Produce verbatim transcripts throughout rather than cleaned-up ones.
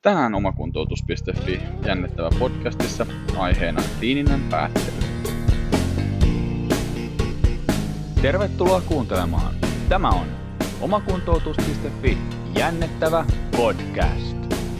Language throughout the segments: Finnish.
Tänään omakuntoutus piste fi jännittävä podcastissa aiheena kliininen päättely. Tervetuloa kuuntelemaan. Tämä on omakuntoutus piste fi jännittävä podcast.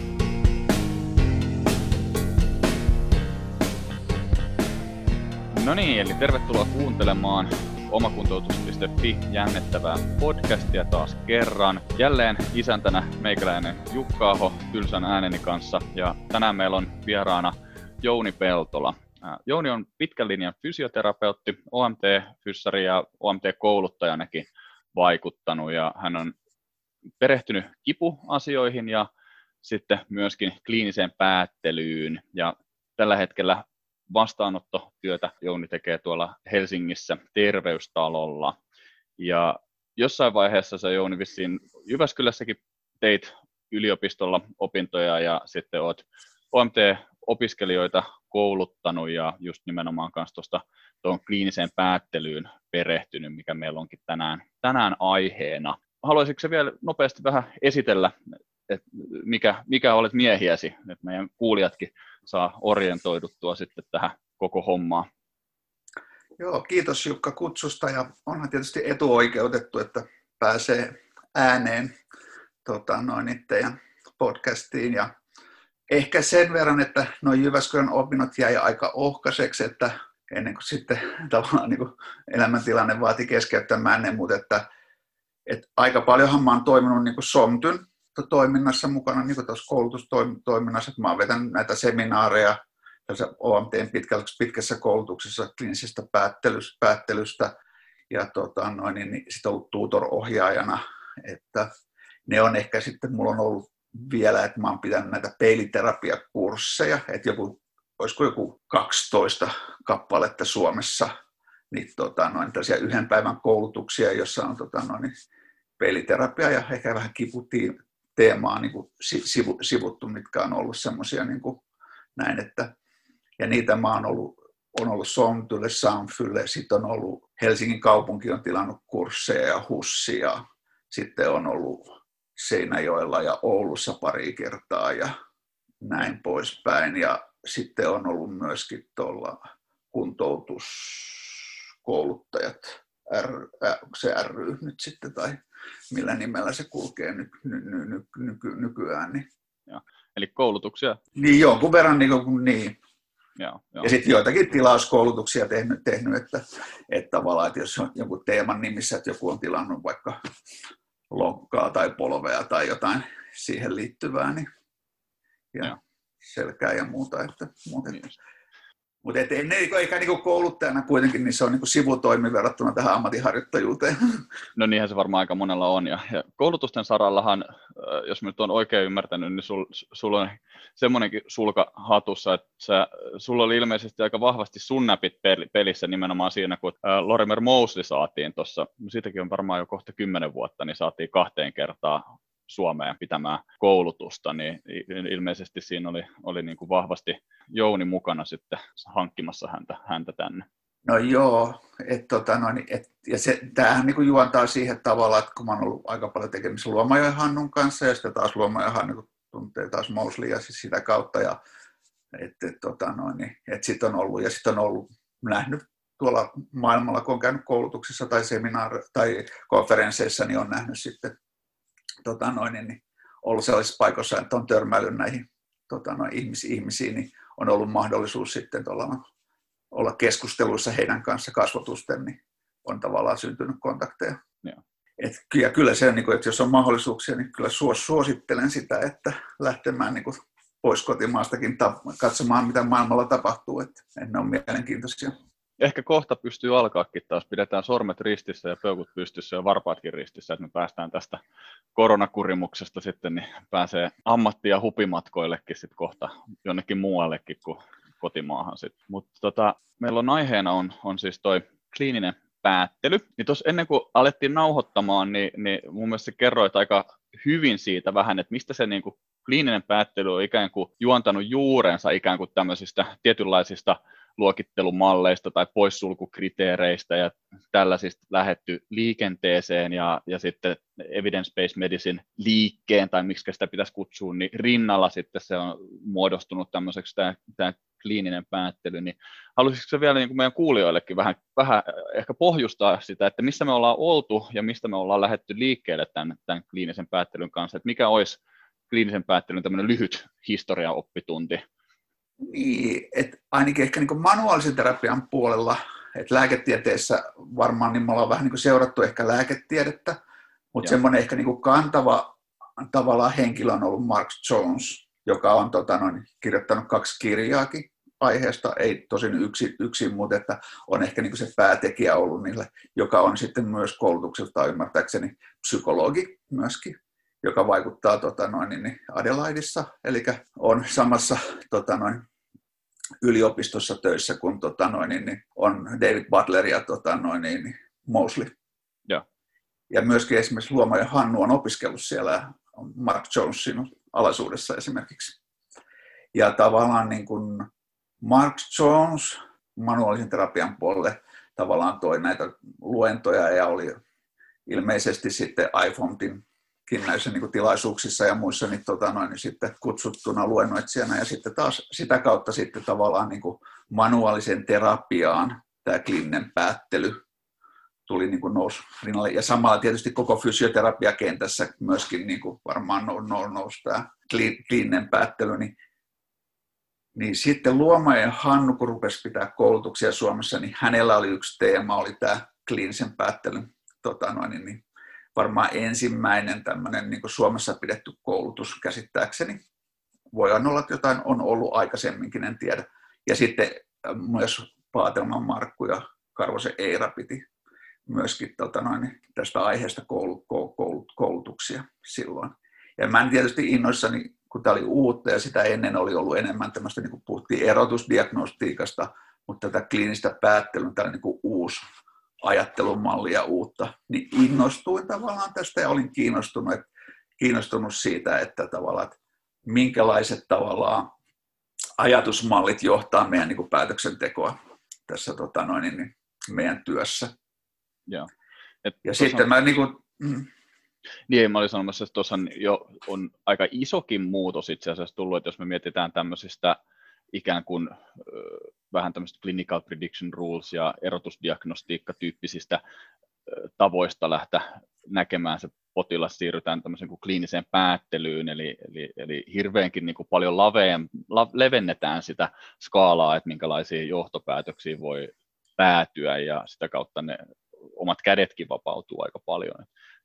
No niin, eli tervetuloa kuuntelemaan omakuntoutus piste fi jännittävää podcastia taas kerran. Jälleen isäntänä meikäläinen Jukka-aho tylsän ääneni kanssa, ja tänään meillä on vieraana Jouni Peltola. Jouni on pitkän linjan fysioterapeutti, O M T-fyssari ja O M T-kouluttajanakin vaikuttanut, ja hän on perehtynyt kipuasioihin ja sitten myöskin kliiniseen päättelyyn, ja tällä hetkellä vastaanottotyötä Jouni tekee tuolla Helsingissä Terveystalolla. Ja jossain vaiheessa sä, Jouni, vissiin Jyväskylässäkin teit yliopistolla opintoja ja sitten oot O M T-opiskelijoita kouluttanut ja just nimenomaan kanssa tuosta tuon kliiniseen päättelyyn perehtynyt, mikä meillä onkin tänään, tänään aiheena. Haluaisitko sä vielä nopeasti vähän esitellä, että mikä, mikä olet miehiäsi, että meidän kuulijatkin saa orientoiduttua sitten tähän koko hommaan. Joo, kiitos Jukka kutsusta, ja onhan tietysti etuoikeutettu, että pääsee ääneen tota, noin teidän podcastiin. Ja ehkä sen verran, että nuo Jyväskylän opinnot jäi aika ohkaiseksi, että ennen kuin sitten tavallaan niin kuin elämäntilanne vaati keskeyttämään, mutta että, että aika paljonhan mä oon toiminut niin kuin SOMTyn toiminnassa mukana, niin kuin tuossa koulutustoiminnassa, että mä oon vetänyt näitä seminaareja O M T:n pitkässä koulutuksessa kliinisestä päättelystä, päättelystä ja tota, noin, niin sitten ollut tutor-ohjaajana, että ne on ehkä sitten, mulla on ollut vielä, että mä oon pitänyt näitä peiliterapiakursseja, että joku, olisiko joku kaksitoista kappaletta Suomessa, niin tota, noin tällaisia yhden päivän koulutuksia, jossa on tota, noin, peiliterapia ja ehkä vähän kiputiin teemaa niin kuin sivu, sivuttu, mitkä on ollut semmoisia niin kuin näin, että ja niitä mä oon ollut, on ollut SOMTylle, SAMFylle, sitten on ollut Helsingin kaupunki on tilannut kursseja ja HUSsi ja sitten on ollut Seinäjoella ja Oulussa pari kertaa ja näin poispäin. Ja sitten on ollut myöskin tuolla kuntoutuskouluttajat, R, äh, onko se ry nyt sitten tai millä nimellä se kulkee ny, ny, ny, ny, ny, nykyään. Niin. Ja, eli koulutuksia? Niin jonkun verran niin kuin niin. Joo, joo. Ja sitten joitakin tilauskoulutuksia tehnyt, tehnyt että, että tavallaan, että jos on jonkun teeman nimissä, että joku on tilannut vaikka lonkkaa tai polvea tai jotain siihen liittyvää, niin, ja joo. Selkää ja muuta. Että, muuta. Niin. Mutta ne, eikä niinku kouluttajana kuitenkin, niin se on niinku sivutoimi verrattuna tähän ammatinharjoittajuuteen. No niinhän se varmaan aika monella on. Ja, ja koulutusten sarallahan, jos nyt olen oikein ymmärtänyt, niin sul, sulla on semmoinenkin sulka hatussa, että sä, sulla oli ilmeisesti aika vahvasti sun näpit pelissä nimenomaan siinä, kun Lorimer Moseley saatiin tuossa, siitäkin on varmaan jo kohta kymmenen vuotta, niin saatiin kahteen kertaa Suomeen pitämään koulutusta, niin ilmeisesti siinä oli, oli niin kuin vahvasti Jouni mukana sitten hankkimassa häntä, häntä tänne. No joo, et, tota, no, et, ja se, tämähän niin kuin juontaa siihen tavalla, että kun mä oon ollut aika paljon tekemisissä Luomajoen Hannun kanssa, ja sitten taas Luomajoen Hannu tuntee taas Moseleyä siis sitä kautta, ja että et, tota, no, niin, et sit on ollut, ja sitten on ollut nähnyt tuolla maailmalla, kun on käynyt koulutuksissa tai seminaari- tai konferensseissa, niin on nähnyt sitten Tota noin, niin ollut sellaisissa paikoissa, että on törmäillyt näihin tota noin, ihmis, ihmisiin, niin on ollut mahdollisuus sitten olla keskusteluissa heidän kanssa kasvotusten, niin on tavallaan syntynyt kontakteja. Ja, Et, ja kyllä se, niin kuin, että jos on mahdollisuuksia, niin kyllä suosittelen sitä, että lähtemään niin kuin pois kotimaastakin katsomaan, mitä maailmalla tapahtuu, että ne on mielenkiintoisia. Ehkä kohta pystyy alkaakin taas, pidetään sormet ristissä ja peukut pystyssä ja varpaatkin ristissä, että me päästään tästä koronakurimuksesta sitten, niin pääsee ammatti- ja hupimatkoillekin sitten kohta jonnekin muuallekin kuin kotimaahan sitten. Mutta tota, meillä on aiheena on, on siis toi kliininen päättely. Niin tuossa ennen kuin alettiin nauhoittamaan, niin, niin mun mielestä kerroit aika hyvin siitä vähän, että mistä se niin kuin kliininen päättely on ikään kuin juontanut juurensa ikään kuin tämmöisistä tietynlaisista luokittelumalleista tai poissulkukriteereistä ja tällaisista lähdetty liikenteeseen ja, ja sitten evidence-based medicine liikkeen, tai miksi sitä pitäisi kutsua, niin rinnalla sitten se on muodostunut tämmöiseksi tämä, tämä kliininen päättely, niin haluaisitko se vielä niin kuin meidän kuulijoillekin vähän, vähän ehkä pohjustaa sitä, että missä me ollaan oltu ja mistä me ollaan lähdetty liikkeelle tämän, tämän kliinisen päättelyn kanssa, että mikä olisi kliinisen päättelyn tämmöinen lyhyt historiaoppitunti? Niin, että ainakin ehkä niin manuaalisen terapian puolella, että lääketieteessä varmaan niin me ollaan vähän niin seurattu ehkä lääketiedettä, mutta semmoinen ehkä niin kantava tavallaan henkilö on ollut Mark Jones, joka on tota, noin, kirjoittanut kaksi kirjaakin aiheesta, ei tosin yksin, yksin mutta että on ehkä niin se päätekijä ollut niille, joka on sitten myös koulutukselta ymmärtääkseni psykologi myöskin, joka vaikuttaa tota, noin, niin Adelaideissa, eli on samassa tota, noin, yliopistossa töissä, kun tota, noin, niin on David Butler ja tota, noin, niin Mosley. Ja. ja myöskin esimerkiksi Luoma ja Hannu on opiskellut siellä Mark Jonesin alaisuudessa esimerkiksi. Ja tavallaan niin kuin Mark Jones manuaalisen terapian puolelle tavallaan toi näitä luentoja ja oli ilmeisesti sitten iPhonein näissä niin kuin tilaisuuksissa ja muissa niin, tota, noin, niin sitten kutsuttuna luennoitsijana ja sitten taas sitä kautta sitten tavallaan niin kuin manuaalisen terapiaan tämä kliininen päättely tuli niin kuin nousi rinnalle ja samalla tietysti koko fysioterapiakentässä myöskin niin kuin varmaan nousi, nousi tämä kliininen päättely, niin, niin sitten Luoma ja Hannu, kun rupesi pitää koulutuksia Suomessa, niin hänellä oli yksi teema, oli tämä kliinisen päättelyn tota, noin, niin, varmaan ensimmäinen tämmöinen niin kuin Suomessa pidetty koulutus käsittääkseni. Voi olla, että jotain on ollut aikaisemminkin, en tiedä. Ja sitten myös Paatelman Markku ja Karvosen Eira piti myöskin tota noin, tästä aiheesta koulut, koulut, koulutuksia silloin. Ja mä en tietysti innoissani, kun tämä oli uutta ja sitä ennen oli ollut enemmän tämmöistä, niin kuin puhuttiin erotusdiagnostiikasta, mutta tätä kliinistä päättelyä, tällainen niin kuin uusi ajattelumallia uutta, niin innostuin tavallaan tästä ja olin kiinnostunut, kiinnostunut siitä, että tavallaan, että minkälaiset tavallaan ajatusmallit johtaa meidän niin kuin päätöksentekoa tässä tota noin, niin meidän työssä. Ja, Et ja sitten mä niin kuin, mm. Niin, mä olin sanomassa, että tuossa jo on aika isokin muutos itse asiassa tullut, että jos me mietitään tämmöisistä ikään kuin vähän tämmöistä clinical prediction rules ja erotusdiagnostiikka-tyyppisistä tavoista lähteä näkemään se potilas, siirrytään tämmöiseen kuin kliiniseen päättelyyn, eli, eli, eli hirveänkin niin kuin paljon laveen, la, levennetään sitä skaalaa, että minkälaisiin johtopäätöksiin voi päätyä, ja sitä kautta ne omat kädetkin vapautuu aika paljon.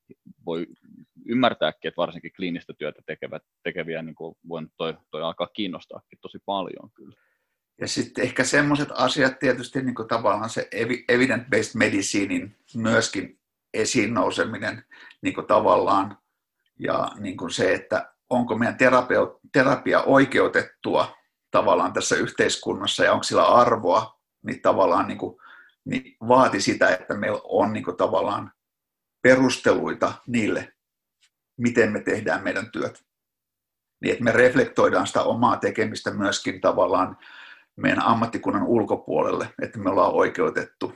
Voi ymmärtääkin, että varsinkin kliinistä työtä tekevät, tekeviä niin kuin voin toi, toi alkaa kiinnostaakin tosi paljon kyllä. Ja sitten ehkä semmoiset asiat tietysti niin kuin tavallaan se evidence-based medicinein myöskin esiin nouseminen niin kuin tavallaan ja niin kuin se, että onko meidän terapia, terapia oikeutettua tavallaan tässä yhteiskunnassa ja onko sillä arvoa, niin tavallaan niin kuin, niin vaati sitä, että meillä on niin kuin tavallaan perusteluita niille, miten me tehdään meidän työt. Niin, että me reflektoidaan sitä omaa tekemistä myöskin tavallaan meidän ammattikunnan ulkopuolelle, että me ollaan oikeutettu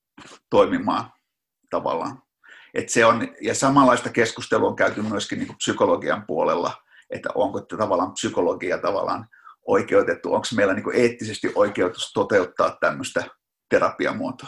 toimimaan tavallaan. Että se on, ja samanlaista keskustelua on käyty myöskin niin kuin psykologian puolella, että onko tavallaan psykologia tavallaan oikeutettu, onko meillä niin kuin eettisesti oikeutus toteuttaa tämmöistä terapiamuotoa.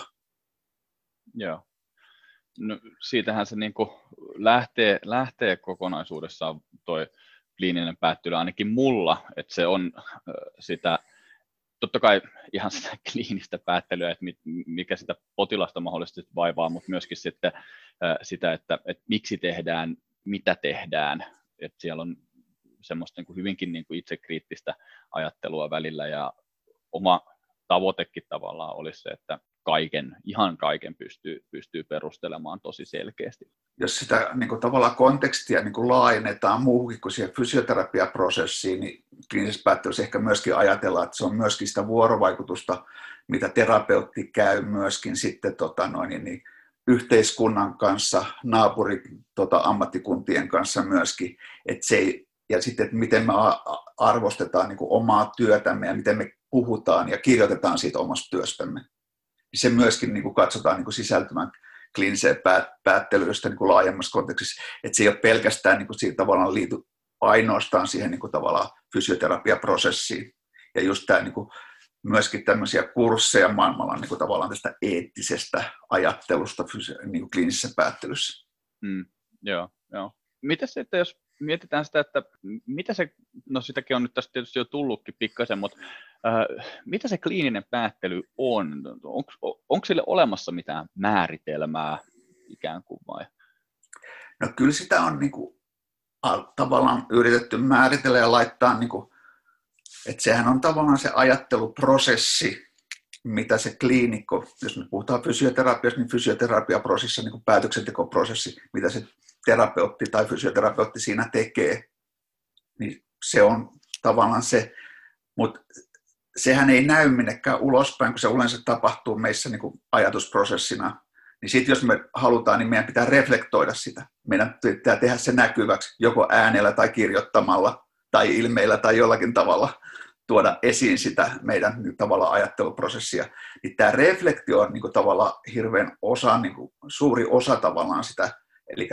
Joo. No, siitähän se niin kuin lähtee, lähtee kokonaisuudessaan toi kliininen päättely ainakin mulla, että se on sitä, totta kai ihan sitä kliinistä päättelyä, että mikä sitä potilasta mahdollisesti vaivaa, mutta myöskin sitten sitä, että, että miksi tehdään, mitä tehdään, että siellä on semmoista niin kuin hyvinkin niin kuin itsekriittistä ajattelua välillä ja oma tavoitekin tavallaan olisi se, että kaiken, ihan kaiken pystyy, pystyy perustelemaan tosi selkeästi. Jos sitä niin kuin, tavallaan kontekstia niin kuin laajennetaan muuhunkin kuin siihen fysioterapiaprosessiin, niin kliinisessä päättelyssä ehkä myöskin ajatellaan, että se on myöskin sitä vuorovaikutusta, mitä terapeutti käy myöskin sitten tota noin, niin, yhteiskunnan kanssa, naapurit, tota, ammattikuntien kanssa myöskin, että se ei, ja sitten, että miten me arvostetaan niin kuin omaa työtämme ja miten me puhutaan ja kirjoitetaan siitä omasta työstämme. Se myöskin niin kuin katsotaan niin kuin sisältymään kliiniseen päättelyyn niin kuin laajemmassa kontekstissa, että se ei ole pelkästään niin kuin siitä tavallaan liity ainoastaan siihen niin kuin tavallaan fysioterapiaprosessiin. Ja just tämä niin kuin myöskin tämmöisiä kursseja maailmalla niin kuin tavallaan tästä eettisestä ajattelusta niin kuin kliinisessä päättelyssä. Mm, joo, joo. Miten sitten, jos mietitään sitä, että mitä se, no sitäkin on nyt tästä tietysti jo tullutkin pikkasen, mutta äh, mitä se kliininen päättely on? Onko, onko sille olemassa mitään määritelmää ikään kuin vai? No kyllä sitä on niin kuin, tavallaan yritetty määritellä ja laittaa, niin kuin, että sehän on tavallaan se ajatteluprosessi, mitä se kliinikko, jos me puhutaan fysioterapiasta, niin fysioterapiaprosessissa niin kuin päätöksentekoprosessi, mitä se terapeutti tai fysioterapeutti siinä tekee, niin se on tavallaan se, mutta sehän ei näy minnekään ulospäin, kun se yleensä tapahtuu meissä niin kuin ajatusprosessina. Niin sitten jos me halutaan, niin meidän pitää reflektoida sitä. Meidän pitää tehdä se näkyväksi joko äänellä tai kirjoittamalla tai ilmeillä tai jollakin tavalla tuoda esiin sitä meidän niin tavallaan ajatteluprosessia. Niin tämä reflektio on niin kuin tavallaan hirveän osa, niin kuin suuri osa tavallaan sitä, eli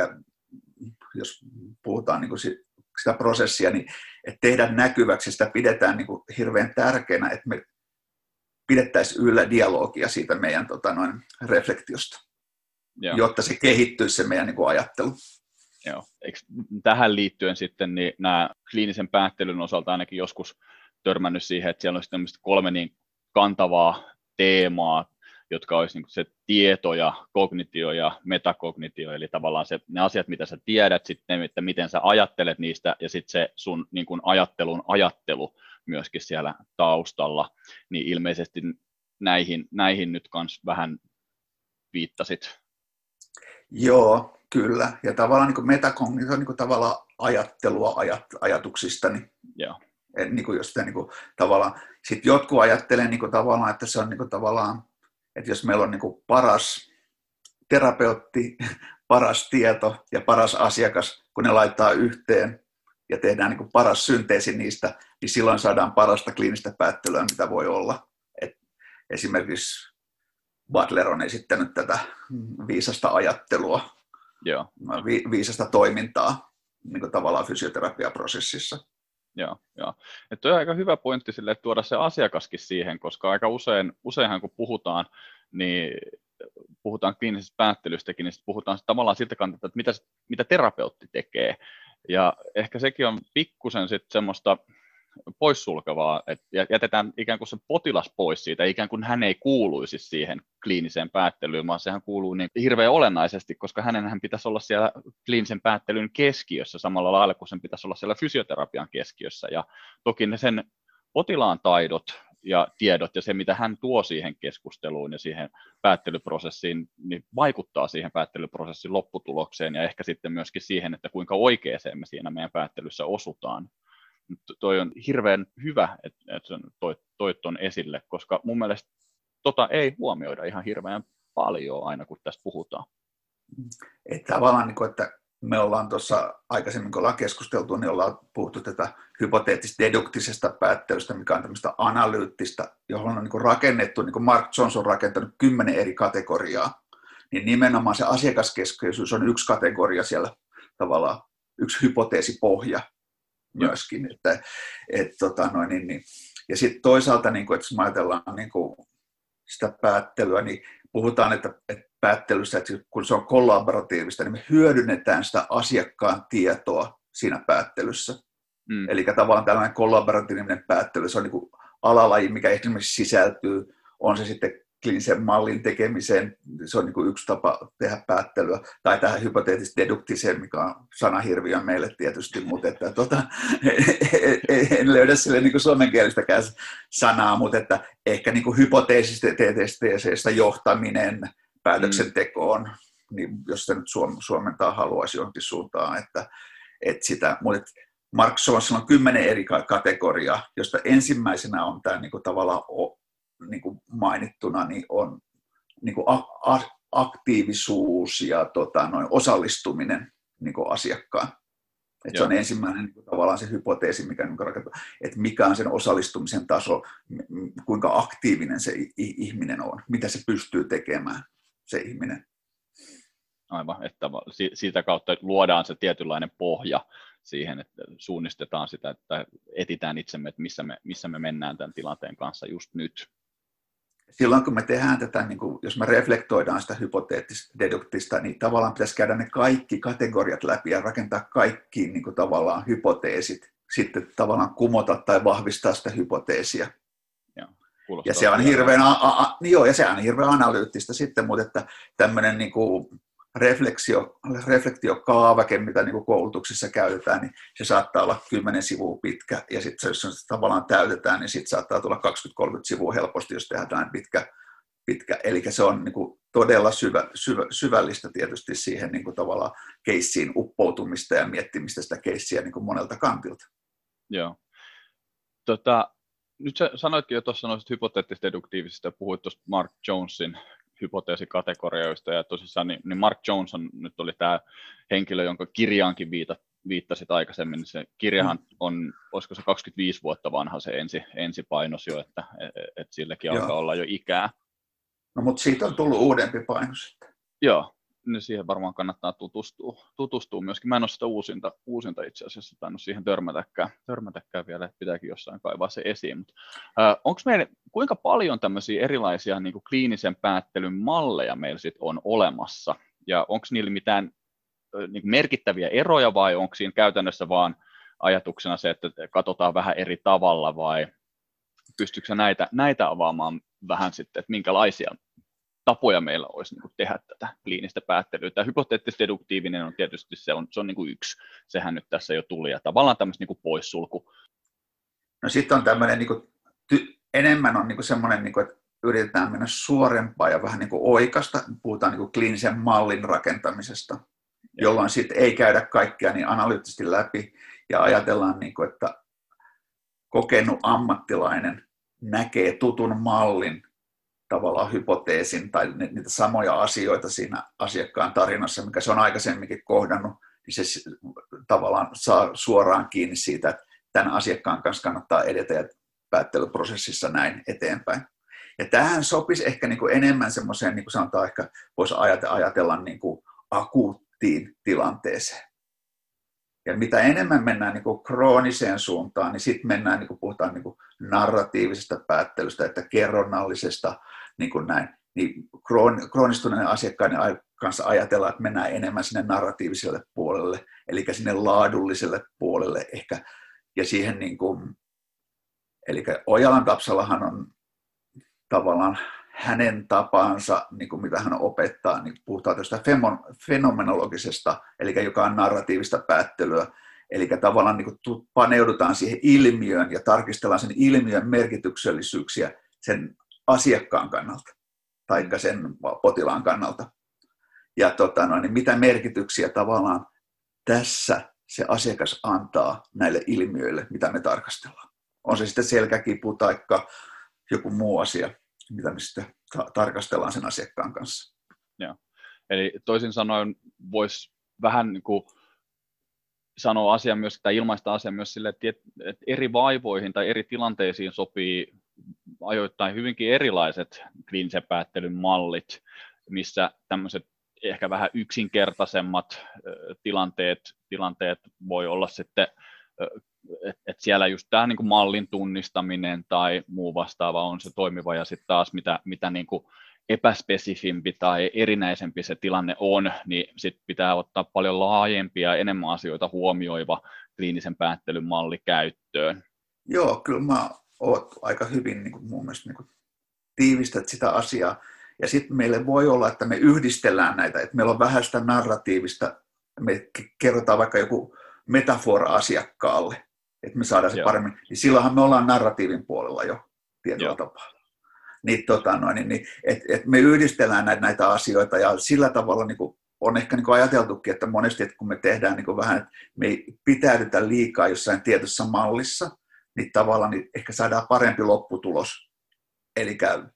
jos puhutaan niin kuin sitä prosessia, niin että tehdä näkyväksi, sitä pidetään niin kuin hirveän tärkeänä, että me pidettäisiin yllä dialogia siitä meidän tota, noin, reflektiosta, Joo. jotta se kehittyisi se meidän niin kuin ajattelu. Joo. Eikö tähän liittyen sitten niin nämä kliinisen päättelyn osalta ainakin joskus törmännyt siihen, että siellä olisi tämmöistä kolme niin kantavaa teemaa, jotka olisi niin kuin se tieto ja kognitio ja metakognitio, eli tavallaan se, ne asiat, mitä sä tiedät, sitten, että miten sä ajattelet niistä, ja sitten se sun niin kuin ajattelun ajattelu myöskin siellä taustalla, niin ilmeisesti näihin, näihin nyt kans vähän viittasit. Joo, kyllä, ja tavallaan niin kuin metakognitio on niin kuin tavallaan ajattelua ajat, ajatuksista, niin Joo. Niin kuin jos sitä, niin kuin, tavallaan, sit jotkut ajattelee niin kuin, tavallaan, että se on niin kuin, tavallaan, että jos meillä on niin kuin, paras terapeutti, paras tieto ja paras asiakas, kun ne laittaa yhteen ja tehdään niin kuin, paras synteesi niistä, niin silloin saadaan parasta kliinistä päättelyä, mitä voi olla. Et esimerkiksi Butler on esittänyt tätä viisasta ajattelua, Joo. Vi, viisasta toimintaa niin kuin, tavallaan fysioterapiaprosessissa. Joo, joo. Että on aika hyvä pointti sille, että tuoda se asiakaskin siihen, koska aika usein, useinhan kun puhutaan, niin puhutaan kliinisestä päättelystäkin, niin puhutaan tavallaan siltä kannalta, että mitä, mitä terapeutti tekee. Ja ehkä sekin on pikkusen sitten semmoista poissulkevaa, että jätetään ikään kuin se potilas pois siitä, ikään kuin hän ei kuuluisi siihen kliiniseen päättelyyn, vaan sehän kuuluu niin hirveän olennaisesti, koska hänenhän pitäisi olla siellä kliinisen päättelyn keskiössä samalla lailla kuin sen pitäisi olla siellä fysioterapian keskiössä. Ja toki ne sen potilaan taidot ja tiedot ja se, mitä hän tuo siihen keskusteluun ja siihen päättelyprosessiin, niin vaikuttaa siihen päättelyprosessin lopputulokseen ja ehkä sitten myöskin siihen, että kuinka oikeeseen me siinä meidän päättelyssä osutaan. Toi on hirveän hyvä, että toit, toit ton esille, koska mun mielestä tota ei huomioida ihan hirveän paljon aina, kun tästä puhutaan. Että tavallaan, niin kuin, että me ollaan tuossa aikaisemmin, kun ollaan keskusteltu, niin ollaan puhuttu tätä hypoteettista deduktisesta päättelystä, mikä on tämmöistä analyyttistä, johon on niin kuin rakennettu, niin kuin Mark Johnson on rakentanut kymmenen eri kategoriaa, niin nimenomaan se asiakaskeskeisyys on yksi kategoria siellä tavallaan, yksi hypoteesipohja myöskin. Että, et, tota, noin, niin, niin. Ja sitten toisaalta, niin kuin, että jos me ajatellaan niin kuin sitä päättelyä, niin puhutaan, että, että päättelyssä, että kun se on kollaboratiivista, niin me hyödynnetään sitä asiakkaan tietoa siinä päättelyssä. Mm. Eli tavallaan tällainen kollaboratiivinen päättely, se on niin kuin alalaji, mikä esimerkiksi sisältyy, on se sitten kliinisen mallin tekemiseen, se on niin kuin yksi tapa tehdä päättelyä, tai tähän hypoteettisesti deduktiseen, mikä on sanahirviö meille tietysti, mutta että, tota, en löydä sille niin kuin suomenkielistäkään sanaa, mutta että ehkä niin kuin hypoteesista johtaminen päätöksentekoon, mm. niin jos se nyt suomentaa haluaisi johonkin suuntaan, että, että sitä, mutta Mark Johnson on kymmenen eri kategoriaa, josta ensimmäisenä on tämä niin kuin tavallaan niin kuin mainittuna, niin on niin kuin a- a- aktiivisuus ja tota, noin osallistuminen niin kuin asiakkaan. Et se on ensimmäinen niin kuin, tavallaan se hypoteesi, mikä niin rakentuu, että mikä on sen osallistumisen taso, kuinka aktiivinen se ihminen on, mitä se pystyy tekemään, se ihminen. Aivan, että siitä kautta luodaan se tietynlainen pohja siihen, että suunnistetaan sitä, että etitään itsemme, että missä me, missä me mennään tämän tilanteen kanssa just nyt. Silloin kun me tehdään tätä, niin kuin, jos me reflektoidaan sitä hypoteettista deduktista, niin tavallaan pitäisi käydä ne kaikki kategoriat läpi ja rakentaa kaikki niin kuin tavallaan hypoteesit, sitten tavallaan kumota tai vahvistaa sitä hypoteesia. Ja, ja se on hirveän, a, a, niin joo, ja se on hirveän analyyttistä sitten, mutta että tämmöinen niin kuin refleksio, reflektiokaavake, mitä niin kuin koulutuksessa käytetään, niin se saattaa olla kymmenen sivua pitkä, ja sitten jos se tavallaan täytetään, niin sitten saattaa tulla kaksikymmentä kolmekymmentä sivua helposti, jos tehdään pitkä, pitkä. Eli se on niin kuin todella syvä, syvä, syvällistä tietysti siihen niin kuin tavallaan keissiin uppoutumista ja miettimistä sitä keissiä niin kuin monelta kantilta. Joo. Tota, nyt sä sanoitkin jo tuossa noista hypoteettis-deduktiivisista ja puhuit tuosta Mark Jonesin hypoteesikategorioista, ja tosissaan niin, niin Mark Jones on, nyt oli tämä henkilö, jonka kirjaankin viita, viittasit aikaisemmin, niin se kirjahan on, olisiko se kaksikymmentäviisi vuotta vanha se ensi, ensipainos jo, että et, et silläkin Joo. alkaa olla jo ikää. No mutta siitä on tullut uudempi painos. Joo, niin siihen varmaan kannattaa tutustua, tutustua myöskin. Mä en ole sitä uusinta, uusinta itse asiassa tainnut siihen törmätäkään, törmätäkään vielä, että pitääkin jossain kaivaa se esiin. Mutta, äh, onko meillä, kuinka paljon tämmöisiä erilaisia niin kuin kliinisen päättelyn malleja meillä sit on olemassa? Ja onko niillä mitään äh, niin kuin merkittäviä eroja vai onko siinä käytännössä vaan ajatuksena se, että katsotaan vähän eri tavalla vai pystyykö näitä, näitä avaamaan vähän sitten, että minkälaisia tapoja meillä olisi niin kuin tehdä tätä kliinistä päättelyä. Tämä hypoteettis-deduktiivinen on tietysti se on, se on niin kuin yksi, sehän nyt tässä jo tuli, ja tavallaan tämmöistä niin kuin poissulku. No sitten on tämmöinen, niin kuin, ty, enemmän on niin kuin semmoinen, niin kuin, että yritetään mennä suorempaa ja vähän niin kuin oikasta, puhutaan niin kuin kliinisen mallin rakentamisesta, ja. jolloin sitten ei käydä kaikkea niin analyyttisesti läpi, ja ajatellaan, niin kuin, että kokenut ammattilainen näkee tutun mallin, tavallaan hypoteesin tai niitä samoja asioita siinä asiakkaan tarinassa, mikä se on aikaisemminkin kohdannut, niin se tavallaan saa suoraan kiinni siitä, että tämän asiakkaan kanssa kannattaa edetä ja päättelyprosessissa näin eteenpäin. Ja tähän sopisi ehkä niin kuin enemmän semmoiseen, niin kuin sanotaan, ehkä voisi ajatella niin kuin akuuttiin tilanteeseen. Ja mitä enemmän mennään niin kuin krooniseen suuntaan, niin sitten mennään, niin kuin puhutaan niin kuin narratiivisesta päättelystä, että kerronnallisesta, niin kuin näin, niin kroonistuneen asiakkaiden kanssa ajatellaan, että mennään enemmän sinne narratiiviselle puolelle, eli sinne laadulliselle puolelle ehkä, ja siihen niin kuin, eli Ojalan-Tapsalahan on tavallaan hänen tapansa, niin kuin mitä hän opettaa, niin puhutaan tästä fenomenologisesta, eli joka on narratiivista päättelyä, eli tavallaan niin kuin paneudutaan siihen ilmiöön ja tarkistellaan sen ilmiön merkityksellisyyksiä sen asiakkaan kannalta, tai sen potilaan kannalta. Ja tota, no, niin mitä merkityksiä tavallaan tässä se asiakas antaa näille ilmiöille, mitä me tarkastellaan. On se sitten selkäkipu tai joku muu asia, mitä me sitten tarkastellaan sen asiakkaan kanssa. Joo. Eli toisin sanoen voisi vähän niin kuin sanoa asian myös, tai ilmaista asian myös sille, että eri vaivoihin tai eri tilanteisiin sopii ajoittain hyvinkin erilaiset kliinisen päättelyn mallit, missä tämmöiset ehkä vähän yksinkertaisemmat tilanteet, tilanteet voi olla sitten, että et siellä just tämä niin kuin mallin tunnistaminen tai muu vastaava on se toimiva, ja sitten taas mitä, mitä niin kuin epäspesifimpi tai erinäisempi se tilanne on, niin sitten pitää ottaa paljon laajempia ja enemmän asioita huomioiva kliinisen päättelyn malli käyttöön. Joo, kyllä mä oot aika hyvin niin kuin mun mielestä niin kuin tiivistät sitä asiaa. Ja sitten meille voi olla, että me yhdistellään näitä, että meillä on vähän sitä narratiivista, me kerrotaan vaikka joku metafora asiakkaalle, että me saadaan se Joo. paremmin, niin silloinhan me ollaan narratiivin puolella jo tietyllä tapaa. Niin, tota, no, niin, niin, että et me yhdistellään näitä, näitä asioita, ja sillä tavalla niin kuin, on ehkä niin kuin ajateltukin, että monesti, että kun me tehdään niin kuin vähän, että me ei pitäydytä liikaa jossain tietyssä mallissa, niin tavallaan niin ehkä saadaan parempi lopputulos. Eli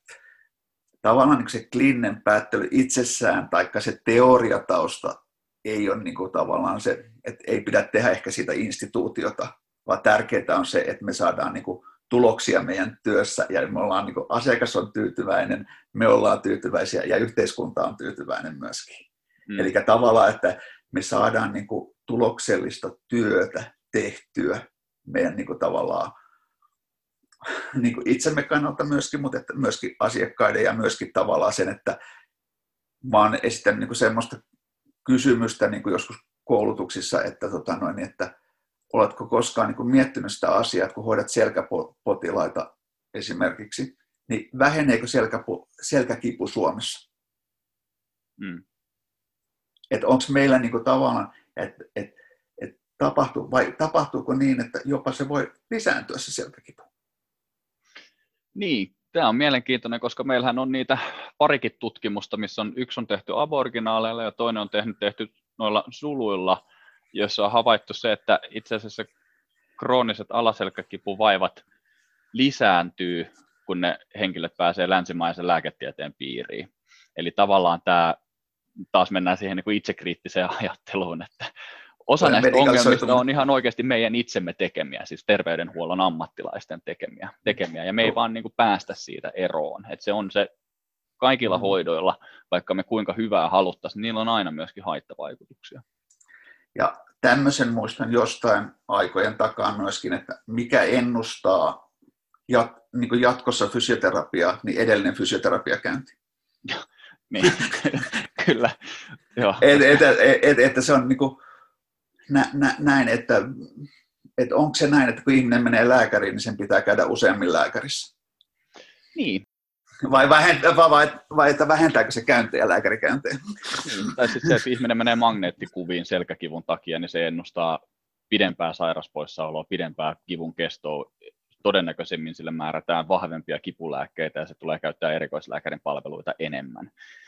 tavallaan niin se kliininen päättely itsessään, tai se teoriatausta ei ole niin kuin tavallaan se, että ei pidä tehdä ehkä siitä instituutiota, vaan tärkeää on se, että me saadaan niin kuin tuloksia meidän työssä ja me ollaan, niin kuin, asiakas on tyytyväinen, me ollaan tyytyväisiä ja yhteiskunta on tyytyväinen myöskin. Mm. Eli tavallaan, että me saadaan niin kuin, tuloksellista työtä tehtyä meidän niin kuin, tavallaan niin kuin itsemme kannalta myöskin, mutta että myöskin asiakkaiden ja myöskin tavallaan sen, että mä oon esittänyt niin kuin semmoista kysymystä niin kuin joskus koulutuksissa, että, tota noin, että oletko koskaan niin kuin miettinyt sitä asiaa, että kun hoidat selkäpotilaita esimerkiksi, niin väheneekö selkäpu, selkäkipu Suomessa? Mm. Että onko meillä niin kuin tavallaan, että et, et tapahtuu, vai tapahtuuko niin, että jopa se voi lisääntyä se selkäkipu? Niin, tämä on mielenkiintoinen, koska meillähän on niitä parikin tutkimusta, missä on, yksi on tehty aboriginaaleilla ja toinen on tehty, tehty noilla suluilla, jossa on havaittu se, että itse asiassa krooniset alaselkäkipuvaivat lisääntyy, kun ne henkilöt pääsee länsimaisen lääketieteen piiriin. Eli tavallaan tämä, taas mennään siihen niin kuin itsekriittiseen ajatteluun, että osa näistä ongelmista on ihan oikeasti meidän itsemme tekemiä, siis terveydenhuollon ammattilaisten tekemiä, tekemiä ja me ei vaan niin kuin päästä siitä eroon. Että se on se kaikilla hoidoilla, vaikka me kuinka hyvää haluttaisiin, niillä on aina myöskin haittavaikutuksia. Ja tämmöisen muistan jostain aikojen takaa myöskin, että mikä ennustaa jat, niin kuin jatkossa fysioterapiaa, niin edellinen fysioterapiakäynti. Niin, kyllä. Että et, et, et, et, se on niin kuin, nä, nä, näin, että et onko se näin, että kun ihminen menee lääkäriin, niin sen pitää käydä useammin lääkärissä? Niin. Vai, vähentää, vai, vai että vähentääkö se käyntejä lääkärikäyntejä? Niin. Tai sitten se, että ihminen menee magneettikuviin selkäkivun takia, niin se ennustaa pidempää sairaspoissaoloa, pidempää kivun kestoa. Todennäköisemmin sille määrätään vahvempia kipulääkkeitä ja se tulee käyttää erikoislääkärin palveluita enemmän.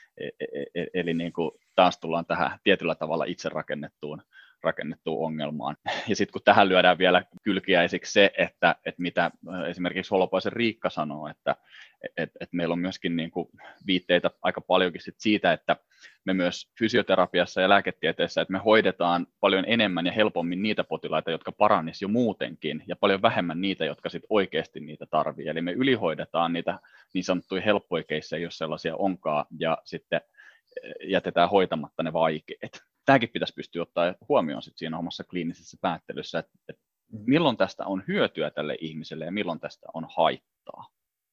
Eli niin kuin taas tullaan tähän tietyllä tavalla itse rakennettuun, rakennettuun ongelmaan. Ja sitten kun tähän lyödään vielä kylkiäisiksi se, että, että mitä esimerkiksi Holopaisen Riikka sanoo, että, että, että meillä on myöskin niin kuin viitteitä aika paljonkin sit siitä, että me myös fysioterapiassa ja lääketieteessä, että me hoidetaan paljon enemmän ja helpommin niitä potilaita, jotka parannis jo muutenkin, ja paljon vähemmän niitä, jotka sit oikeasti niitä tarvii. Eli me ylihoidetaan niitä niin sanottuja helppoja keissejä, jos sellaisia onkaan, ja sitten jätetään hoitamatta ne vaikeat. Tämäkin pitäisi pystyä ottaa huomioon sit siinä omassa kliinisessä päättelyssä, että, että milloin tästä on hyötyä tälle ihmiselle ja milloin tästä on haittaa.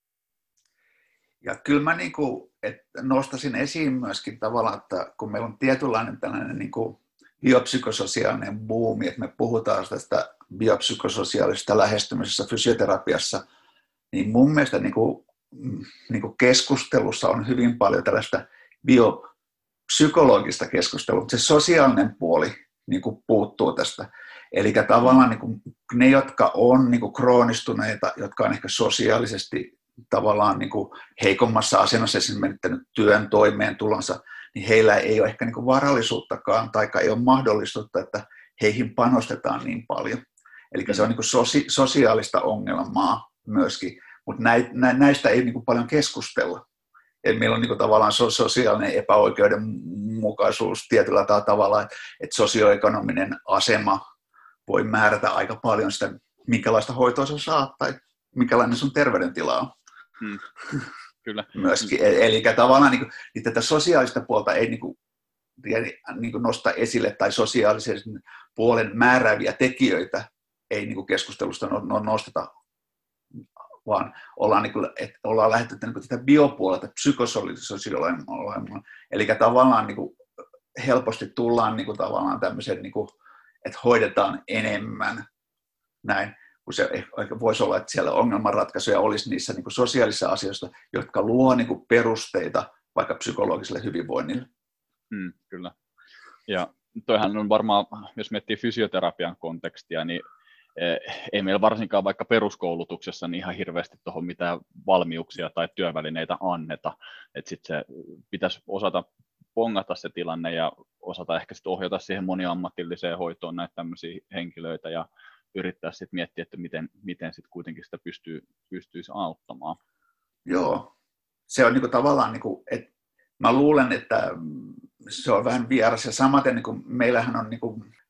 Ja kyllä mä niin kuin, että nostaisin esiin myöskin tavallaan, että kun meillä on tietynlainen tällainen niin kuin biopsykososiaalinen buumi, että me puhutaan tästä biopsykososiaalisesta lähestymisestä fysioterapiassa, niin mun mielestä niin kuin, niin kuin keskustelussa on hyvin paljon tällaista biopsykologista keskustelua, mutta se sosiaalinen puoli niin kuin puuttuu tästä. Eli tavallaan niin kuin ne, jotka on niin kuin kroonistuneita, jotka on ehkä sosiaalisesti tavallaan niin kuin heikommassa asennossa esimerkiksi menettänyt työn toimeentulonsa, niin heillä ei ole ehkä niin kuin varallisuuttakaan tai ei ole mahdollisuutta, että heihin panostetaan niin paljon. Eli se on niin kuin sosi- sosiaalista ongelmaa myöskin, mutta näistä ei niin kuin paljon keskustella. Eli meillä on niin kuin tavallaan sosiaalinen epäoikeudenmukaisuus tietyllä tavalla, että sosioekonominen asema voi määrätä aika paljon sitä, minkälaista hoitoa sä saat tai minkälainen sun terveydentila on. Hmm. Kyllä. Myöskin. Eli tavallaan niin kuin, niin tätä sosiaalista puolta ei niin kuin, niin kuin nosta esille tai sosiaalisen puolen määrääviä tekijöitä ei niin kuin keskustelusta no, nosteta, vaan ollaan, niin kuin, että ollaan lähdetty niin kuin tätä biopuolelta, psykososiaalista, eli tavallaan niin kuin, helposti tullaan niin kuin, tavallaan tämmöisen, niin kuin, että hoidetaan enemmän näin. Kun se ehkä voisi olla, että siellä ongelmanratkaisuja olisi niissä niin kuin sosiaalisissa asioissa, jotka luo niin kuin perusteita vaikka psykologiselle hyvinvoinnille. Hmm, kyllä. Ja toihan on varmaan, jos miettii fysioterapian kontekstia, niin ei meillä varsinkaan vaikka peruskoulutuksessa niin ihan hirveästi tuohon mitään valmiuksia tai työvälineitä anneta. Että sitten se pitäisi osata pongata se tilanne ja osata ehkä sitten ohjata siihen moniammatilliseen hoitoon näitä tämmöisiä henkilöitä ja yrittää sitten miettiä, että miten, miten sitten kuitenkin sitä pystyy, pystyisi auttamaan. Joo, se on niinku tavallaan, niinku, että mä luulen, että se on vähän vieras ja samaten niinku, meillähän on niinku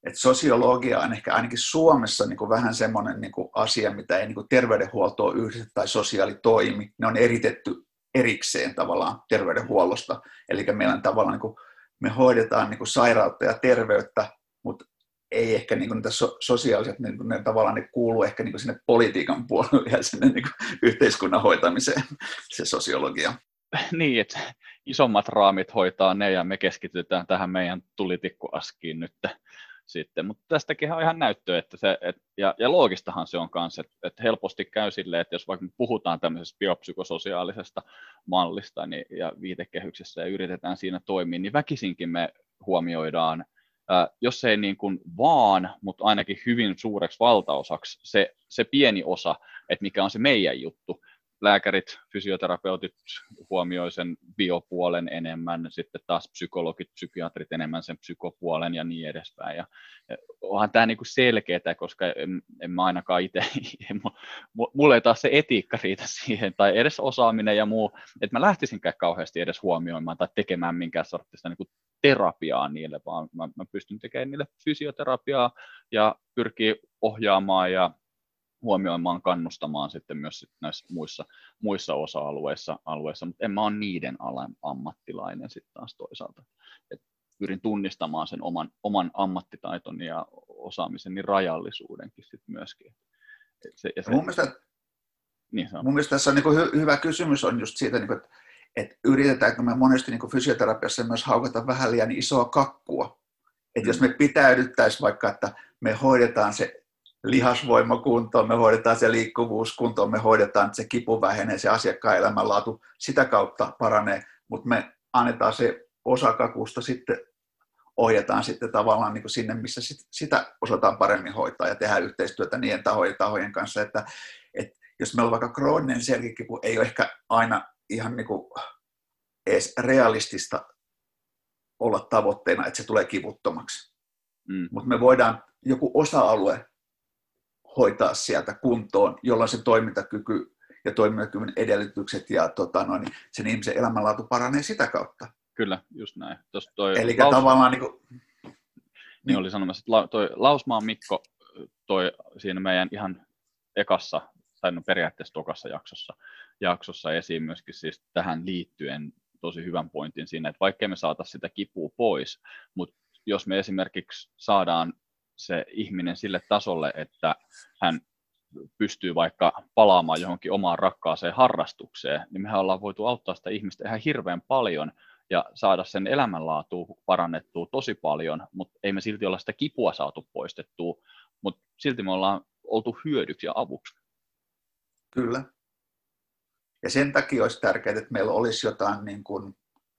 että sosiologia on ehkä ainakin Suomessa niin kuin vähän semmoinen niin kuin asia, mitä ei niin kuin terveydenhuoltoa yhdistä tai sosiaalitoimi. Ne on eritetty erikseen tavallaan terveydenhuollosta. Eli meillä on tavallaan, niin kuin, me hoidetaan niin kuin sairautta ja terveyttä, mutta ei ehkä niin kuin niitä so- sosiaaliset, niin kuin ne tavallaan ne kuuluu ehkä niin kuin sinne politiikan puolelle ja sinne niin kuin yhteiskunnan hoitamiseen, se sosiologia. Niin, että isommat raamit hoitaa ne ja me keskitytään tähän meidän tulitikkuaskiin nyt sitten. Mutta tästäkin on ihan näyttöä, että se, et, ja, ja loogistahan se on kanssa, että et helposti käy silleen, että jos vaikka puhutaan tämmöisestä biopsykososiaalisesta mallista niin, ja viitekehyksessä ja yritetään siinä toimia, niin väkisinkin me huomioidaan, ää, jos ei niin kuin vaan, mutta ainakin hyvin suureksi valtaosaksi se, se pieni osa, että mikä on se meidän juttu. Lääkärit, fysioterapeutit huomioi sen biopuolen enemmän, sitten taas psykologit, psykiatrit enemmän sen psykopuolen ja niin edespäin. Ja, ja onhan tämä niinku selkeää, koska en, en mä ainakaan itse, mulla ei taas se etiikka riitä siihen, tai edes osaaminen ja muu, että mä lähtisinkään kauheasti edes huomioimaan tai tekemään minkään sortista niinku terapiaa niille, vaan mä, mä pystyn tekemään niille fysioterapiaa ja pyrkii ohjaamaan ja huomioimaan, kannustamaan sitten myös sit näissä muissa, muissa osa-alueissa, alueissa, mutta en mä ole niiden alan ammattilainen sitten taas toisaalta. Et pyrin tunnistamaan sen oman, oman ammattitaitoni ja osaamiseni rajallisuudenkin sitten myöskin. Et se, ja se, mun, mielestä, niin mun mielestä tässä on niin kuin hy, hyvä kysymys on just siitä, niin kuin, että, että yritetäänkö me monesti niin kuin fysioterapiassa myös haukata vähän liian isoa kakkua. Että mm. jos me pitäydyttäisiin vaikka, että me hoidetaan se lihasvoima kuntoon, me hoidetaan se liikkuvuus kuntoon, me hoidetaan, että se kipu vähenee, se asiakkaan elämänlaatu sitä kautta paranee, mutta me annetaan se osa kakusta sitten, ohjataan sitten tavallaan niin kuin sinne, missä sit, sitä osataan paremmin hoitaa ja tehdä yhteistyötä niiden tahojen, tahojen kanssa, että, että jos meillä on vaikka krooninen selkäkipu, ei ole ehkä aina ihan niin kuin edes realistista olla tavoitteena, että se tulee kivuttomaksi, mm. mutta me voidaan joku osa-alue hoitaa sieltä kuntoon, jolloin se toimintakyky ja toimintakyvyn edellytykset ja tota, noin, sen ihmisen elämänlaatu paranee sitä kautta. Kyllä, just näin. Toi Eli Laus... tavallaan niin kuin... niin oli sanomassa, että la, toi Lausmaan Mikko toi siinä meidän ihan ekassa, tai no periaatteessa tokassa jaksossa, jaksossa esiin myöskin siis tähän liittyen tosi hyvän pointin siinä, että vaikkei me saata sitä kipua pois, mutta jos me esimerkiksi saadaan se ihminen sille tasolle, että hän pystyy vaikka palaamaan johonkin omaan rakkaaseen harrastukseen, niin mehän ollaan voitu auttaa sitä ihmistä ihan hirveän paljon ja saada sen elämänlaatua parannettua tosi paljon, mutta ei me silti olla sitä kipua saatu poistettua, mutta silti me ollaan oltu hyödyksi ja avuksi. Kyllä. Ja sen takia olisi tärkeää, että meillä olisi jotain niin kuin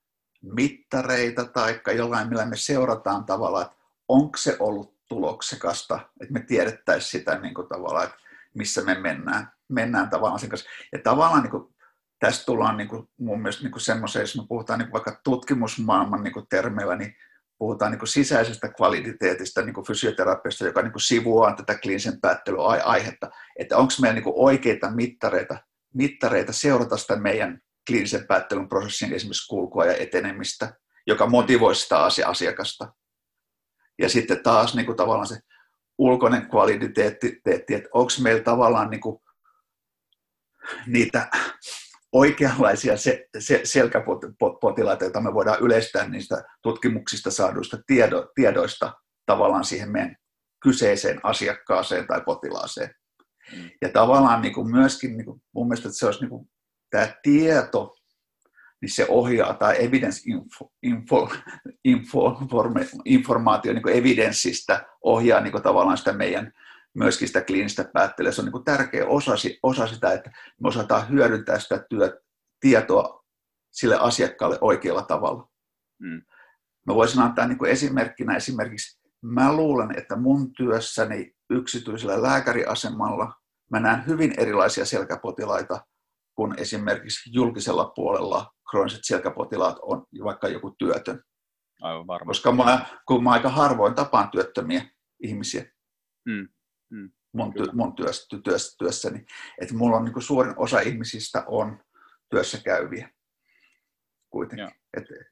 mittareita tai jollain, millä me seurataan tavallaan, että onko se ollut tuloksekasta, että me tiedettäisiin sitä niin kuin tavallaan, että missä me mennään, mennään tavallaan sen kanssa. Ja tavallaan niin kuin, tästä tullaan niin kuin, mun mielestä niin semmoiseen, jos me puhutaan niin kuin vaikka tutkimusmaailman niin kuin termeillä, niin puhutaan niin kuin sisäisestä kvaliteetista niin kuin fysioterapiasta, joka niin kuin sivuaa tätä kliinisen päättelyn aihetta, että onko meillä niin kuin oikeita mittareita, mittareita seurata sitä meidän kliinisen päättelyn prosessin esimerkiksi kulkua ja etenemistä, joka motivoi sitä asiakasta. Ja sitten taas niin kuin tavallaan se ulkoinen kvaliteetti, että onko meillä tavallaan niin kuin niitä oikeanlaisia se, se, selkäpotilaita, joita me voidaan yleistää niistä tutkimuksista saaduista tiedo, tiedoista tavallaan siihen meidän kyseiseen asiakkaaseen tai potilaaseen. Mm. Ja tavallaan niin kuin myöskin niin kuin mun mielestä, että se olisi niin kuin, tämä tieto, niin se ohjaa, tai evidence info, info, info, informaatio niin kuin evidenssistä ohjaa niin kuin tavallaan sitä meidän myöskin sitä kliinistä päättelyä. Se on niin kuin tärkeä osa, osa sitä, että me osataan hyödyntää sitä työ, tietoa sille asiakkaalle oikealla tavalla. Mm. Mä voisin antaa niin kuin esimerkkinä esimerkiksi, mä luulen, että mun työssäni yksityisellä lääkäriasemalla mä näen hyvin erilaisia selkäpotilaita kuin esimerkiksi julkisella puolella krooniset selkäpotilaat on vaikka joku työtön. Aivan varmasti. Koska mä, kun mä aika harvoin tapaan työttömiä ihmisiä mm. Mm. mun, ty, mun työssä, työssä, työssäni, että mulla on niin kuin suurin osa ihmisistä on työssä käyviä kuitenkin. Et,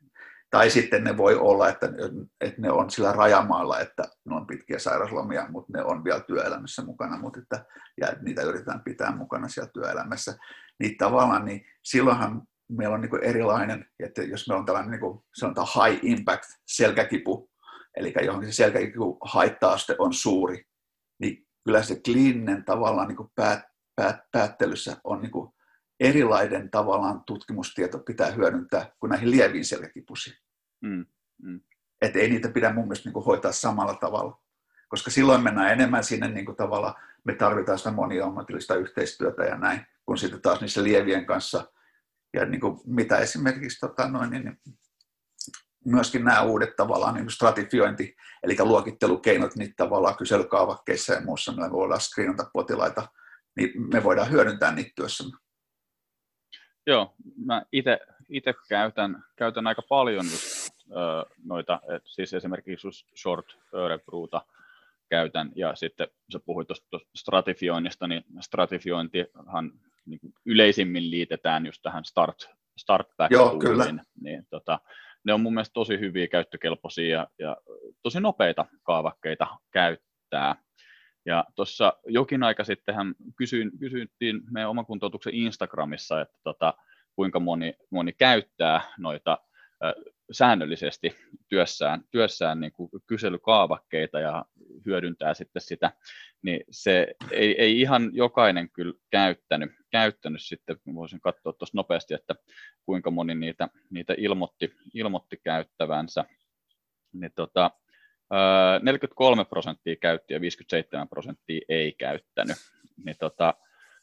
Tai sitten ne voi olla, että, että ne on sillä rajamaalla, että ne on pitkiä sairauslomia, mutta ne on vielä työelämässä mukana, mutta että, ja niitä yritetään pitää mukana siellä työelämässä. Niin tavallaan, niin silloinhan meillä on niin kuin erilainen, että jos meillä on tällainen niin kuin sanotaan high impact selkäkipu, eli johonkin se selkäkipu haitta-aste on suuri, niin kyllä se kliininen tavallaan niin kuin päät, päät, päättelyssä on niin kuin erilainen tavallaan tutkimustieto pitää hyödyntää kuin näihin lieviin selkäkipuisiin. Mm, mm. Että ei niitä pidä mun mielestä niin kuin hoitaa samalla tavalla, koska silloin mennään enemmän sinne niin kuin tavalla, me tarvitaan sitä moniammatillista yhteistyötä ja näin, kun sitten taas niissä lievien kanssa, ja niin kuin mitä esimerkiksi tota noin, niin myöskin nämä uudet tavallaan niin kuin stratifiointi, eli luokittelukeinot niitä tavallaan kyselykaavakkeissa ja muussa, millä me voidaan screenata potilaita, niin me voidaan hyödyntää niitä työssämme. Joo, mä itse käytän, käytän aika paljon just, äh, noita, et siis esimerkiksi just short Örebruuta käytän, ja sitten sä puhuit tuosta stratifioinnista, niin stratifiointihan niin yleisimmin liitetään just tähän start, start back tooliin, niin tota, ne on mun mielestä tosi hyviä, käyttökelpoisia ja, ja tosi nopeita kaavakkeita käyttää. Ja tuossa jokin aika sittenhän kysyin, kysyttiin meidän omakuntoutuksen Instagramissa, että tota, kuinka moni, moni käyttää noita ö, säännöllisesti työssään, työssään niin kuin kyselykaavakkeita ja hyödyntää sitten sitä, niin se ei, ei ihan jokainen kyllä käyttänyt, käyttänyt sitten, voisin katsoa tuossa nopeasti, että kuinka moni niitä, niitä ilmoitti, ilmoitti käyttävänsä, niin tota, neljäkymmentäkolme prosenttia käytti ja viisikymmentäseitsemän prosenttia ei käyttänyt. Niin tota,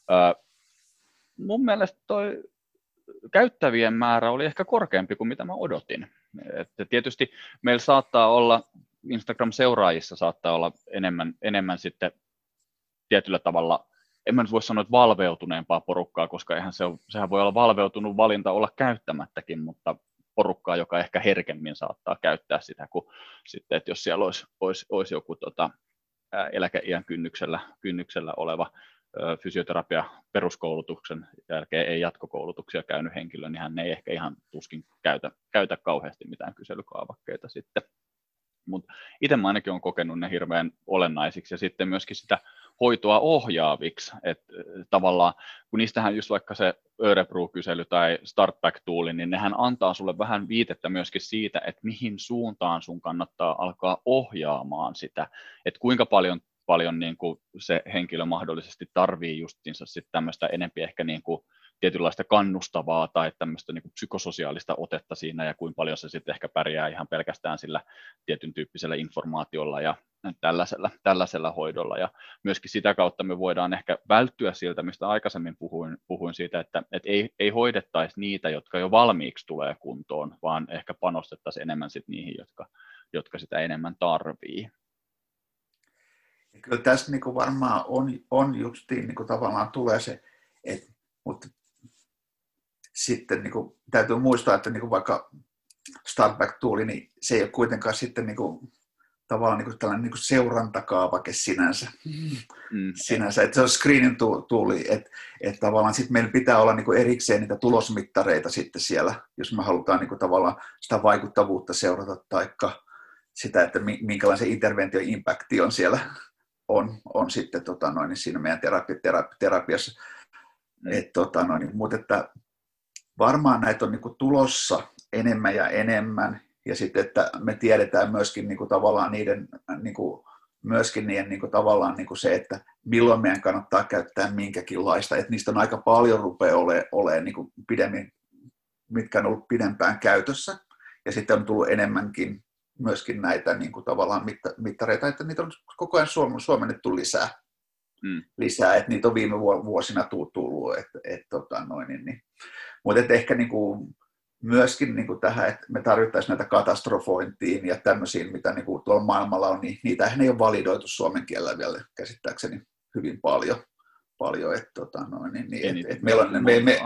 mun mielestä toi käyttävien määrä oli ehkä korkeampi kuin mitä mä odotin. Että tietysti meillä saattaa olla, Instagram-seuraajissa saattaa olla enemmän, enemmän sitten tietyllä tavalla, en mä nyt voi sanoa, että valveutuneempaa porukkaa, koska eihän se ole, sehän voi olla valveutunut valinta olla käyttämättäkin, mutta porukkaa, joka ehkä herkemmin saattaa käyttää sitä, kuin sitten, että jos siellä olisi, olisi, olisi joku tota, eläkeiän kynnyksellä, kynnyksellä oleva ä, fysioterapia peruskoulutuksen jälkeen ei jatkokoulutuksia käynyt henkilö, niin hän ei ehkä ihan tuskin käytä, käytä kauheasti mitään kyselykaavakkeita sitten. Mutta itse mä ainakin olen kokenut ne hirveän olennaisiksi ja sitten myöskin sitä hoitoa ohjaaviksi, että tavallaan kun niistähän just vaikka se Örebro-kysely tai Startback-tuuli, niin nehän antaa sulle vähän viitettä myöskin siitä, että mihin suuntaan sun kannattaa alkaa ohjaamaan sitä, että kuinka paljon, paljon niin kuin se henkilö mahdollisesti tarvii justiinsa sitten tämmöistä enempi ehkä niin kuin tietynlaista kannustavaa tai tämmöistä niin kuin psykososiaalista otetta siinä ja kuinka paljon se sitten ehkä pärjää ihan pelkästään sillä tietyn tyyppisellä informaatiolla ja tällaisella, tällaisella hoidolla. Ja myöskin sitä kautta me voidaan ehkä välttyä siltä, mistä aikaisemmin puhuin, puhuin siitä, että, että ei, ei hoidettaisi niitä, jotka jo valmiiksi tulee kuntoon, vaan ehkä panostettaisiin enemmän sit niihin, jotka, jotka sitä enemmän tarvii. Ja kyllä tässä niin kuin varmaan on, on justiin niin kuin tavallaan tulee se, että, mutta sitten niin kuin, täytyy muistaa, että niin kuin vaikka Startback-tuuli, niin se ei ole kuitenkaan sitten niin kuin, tavallaan niin kuin tällainen niin kuin seurantakaavake sinänsä. Mm. sinänsä. Että se on screening-tuuli, että, että tavallaan sitten meillä pitää olla niin kuin erikseen niitä tulosmittareita sitten siellä, jos me halutaan niin kuin tavallaan sitä vaikuttavuutta seurata, taikka sitä, että minkälainen se interventio-impakti on siellä on, on sitten tota noin, siinä meidän terapi, terapi, terapiassa. Mm. Et, tota noin, mutta että varmaan näitä on niin kuin tulossa enemmän ja enemmän, ja sitten, että me tiedetään myöskin niin kuin tavallaan niiden, niin kuin, myöskin niiden niin kuin tavallaan niin kuin se, että milloin meidän kannattaa käyttää minkäkinlaista, että niistä on aika paljon rupeaa olemaan, olemaan niin kuin pidemmin, mitkä on ollut pidempään käytössä, ja sitten on tullut enemmänkin myöskin näitä niin kuin tavallaan mittareita, että niitä on koko ajan suomennettu lisää. Mm. lisää, että niitä on viime vuosina tullut, että et, tota noin, niin. Mutta ehkä niinku, myöskin niinku tähän, että me tarvittaisiin näitä katastrofointiin ja tämmöisiin, mitä niinku tuolla maailmalla on, niin niitä ei ole validoitu suomen kielellä vielä käsittääkseni hyvin paljon, paljon että tota noin, niin, et, et meillä on, me, me,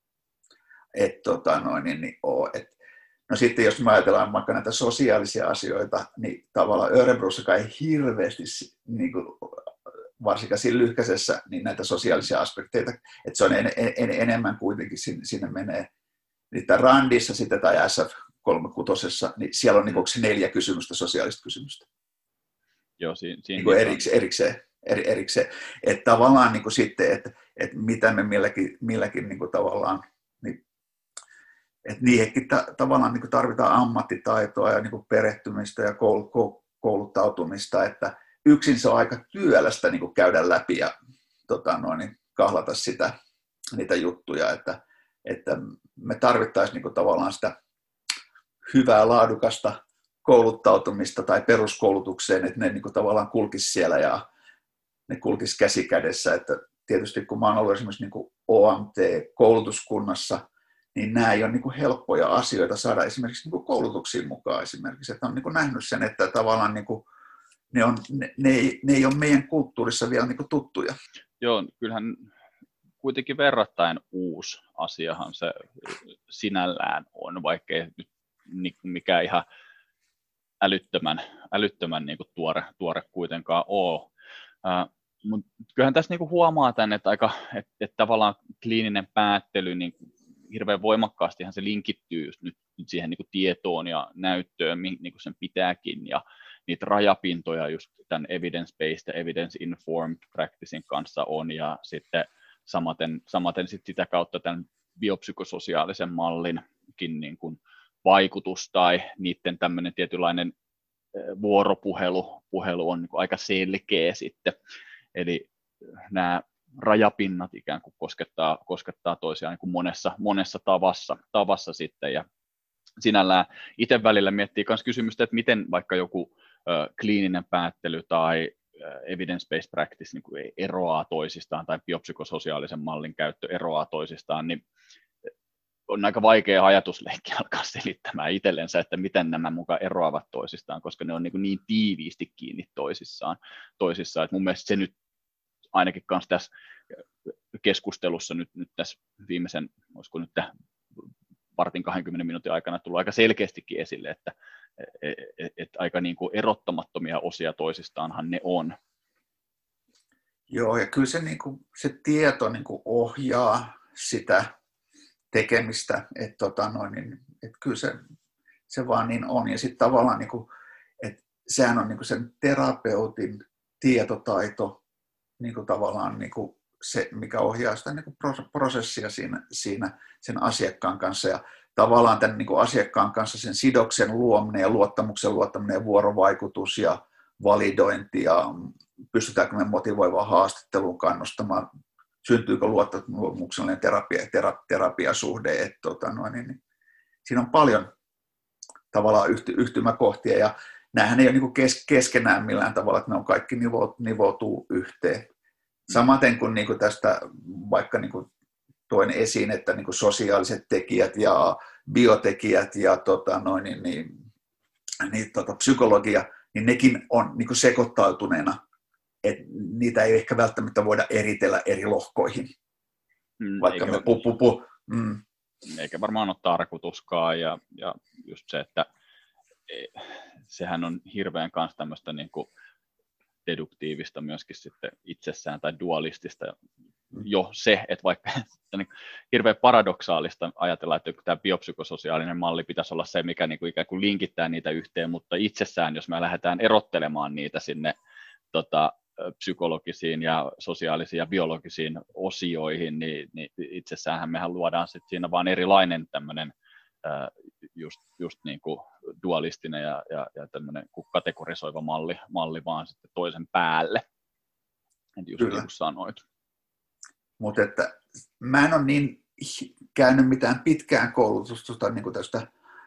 et, tota noin, niin, oo, et, no sitten jos me ajatellaan vaikka näitä sosiaalisia asioita, niin tavallaan Örebrossakaan ei hirveästi niinku, varsinkaan siinä lyhkäisessä, niin näitä sosiaalisia aspekteita, että se on en, en, enemmän kuitenkin sinne, sinne menee. Niitä Randissa sitten tai S F kolmekutosessa, niin siellä on niin kuin, se neljä kysymystä, sosiaalista kysymystä. Joo, siinä, siinä niin erikseen, erikseen, eri, erikseen. Että tavallaan niin kuin sitten, että, että mitä me milläkin, milläkin niin kuin tavallaan, niin, että niihinkin ta, tavallaan niin kuin tarvitaan ammattitaitoa ja niin kuin perehtymistä ja kouluttautumista, että yksin se on aika työlästä niin kuin käydä läpi ja tota noin, niin kahlata sitä, niitä juttuja, että, että me tarvittaisiin niin kuin tavallaan sitä hyvää, laadukasta kouluttautumista tai peruskoulutukseen, että ne niin kuin tavallaan kulkisi siellä ja ne kulkisi käsi kädessä. Että tietysti kun mä oon ollut esimerkiksi niin kuin O M T-koulutuskunnassa, niin nämä ei ole niin kuin helppoja asioita saada esimerkiksi niin kuin koulutuksiin mukaan esimerkiksi. Että on niin kuin nähnyt sen, että tavallaan niin kuin ne, on, ne, ne, ei, ne ei ole meidän kulttuurissa vielä niin kuin tuttuja. Joo, kyllähän kuitenkin verrattain uusi asiahan se sinällään on, vaikkei nyt mikään ihan älyttömän, älyttömän niin kuin tuore, tuore kuitenkaan ole. Uh, mutta kyllähän tässä niin kuin huomaa tämän, että, aika, että, että tavallaan kliininen päättely niin hirveän voimakkaastihan se linkittyy just nyt, nyt siihen niin kuin tietoon ja näyttöön, niin kuin sen pitääkin, ja niitä rajapintoja just tämän evidence-based ja evidence-informed practicing kanssa on, ja sitten samaten, samaten sit sitä kautta tämän biopsykososiaalisen mallinkin niin kuin vaikutus tai niiden tämmöinen tietynlainen vuoropuhelu puhelu on niin kuin aika selkeä sitten. Eli nämä rajapinnat ikään kuin koskettaa, koskettaa toisiaan niin kuin monessa, monessa tavassa, tavassa sitten. Ja sinällään itse välillä miettii myös kysymystä, että miten vaikka joku ö, kliininen päättely tai evidence-based practice niin kuin eroaa toisistaan tai biopsykososiaalisen mallin käyttö eroaa toisistaan, niin on aika vaikea ajatusleikki alkaa selittämään itsellensä, että miten nämä mukaan eroavat toisistaan, koska ne on niin, niin tiiviisti kiinni toisissaan. toisissaan. Et mun mielestä se nyt ainakin kanssa tässä keskustelussa nyt, nyt tässä viimeisen, olisiko nyt vartin kahdenkymmenen minuutin aikana tullut aika selkeästikin esille, että et, et, et aika niin kuin erottamattomia osia toisistaanhan ne on. Joo, ja kyllä se, niin kuin, se tieto niin kuin ohjaa sitä tekemistä, että tota noin, niin, et kyllä se, se vaan niin on. Ja sitten tavallaan, niin kuin, että sehän on niin kuin sen terapeutin tietotaito, niin kuin tavallaan niin kuin se, mikä ohjaa sitä niin kuin prosessia siinä, siinä sen asiakkaan kanssa. Ja tavallaan tämän niin kuin asiakkaan kanssa sen sidoksen luominen ja luottamuksen luottaminen ja vuorovaikutus ja validointi ja pystytäänkö me motivoivaan haastatteluun kannustamaan, syntyykö luottamuksellinen terapia, terapia, terapiasuhde. Että, tota, noin, niin, siinä on paljon tavallaan yhty, yhtymäkohtia ja näähän ei ole niin kuin kes, keskenään millään tavalla, että ne on kaikki nivo, nivoutuu yhteen. Samaten kuin, niin kuin tästä vaikka niin kuin toin esiin, että niin kuin sosiaaliset tekijät ja biotekijät ja tota, noin, niin, niin, niin, tota, psykologia, niin nekin on niin kuin sekoittautuneena. Että niitä ei ehkä välttämättä voida eritellä eri lohkoihin, mm, vaikka me pu, pu, pu. Mm. Eikä varmaan ole tarkoituskaan, ja, ja just se, että sehän on hirveän kanssa tämmöistä niin kuin deduktiivista myöskin sitten itsessään, tai dualistista jo se, että vaikka niin hirveän paradoksaalista ajatella, että tämä biopsykososiaalinen malli pitäisi olla se, mikä niin kuin ikään kuin linkittää niitä yhteen, mutta itsessään, jos me lähdetään erottelemaan niitä sinne tota, psykologisiin ja sosiaalisiin ja biologisiin osioihin, niin, niin itsessäänhän mehän luodaan sitten siinä vaan erilainen tämmöinen just, just niin kuin dualistinen ja, ja, ja tämmöinen kategorisoiva malli, malli vaan sitten toisen päälle, just Kyllä. niin kuin sanoit. Mutta että mä en ole niin käynyt mitään pitkään koulutusta niin kuin tästä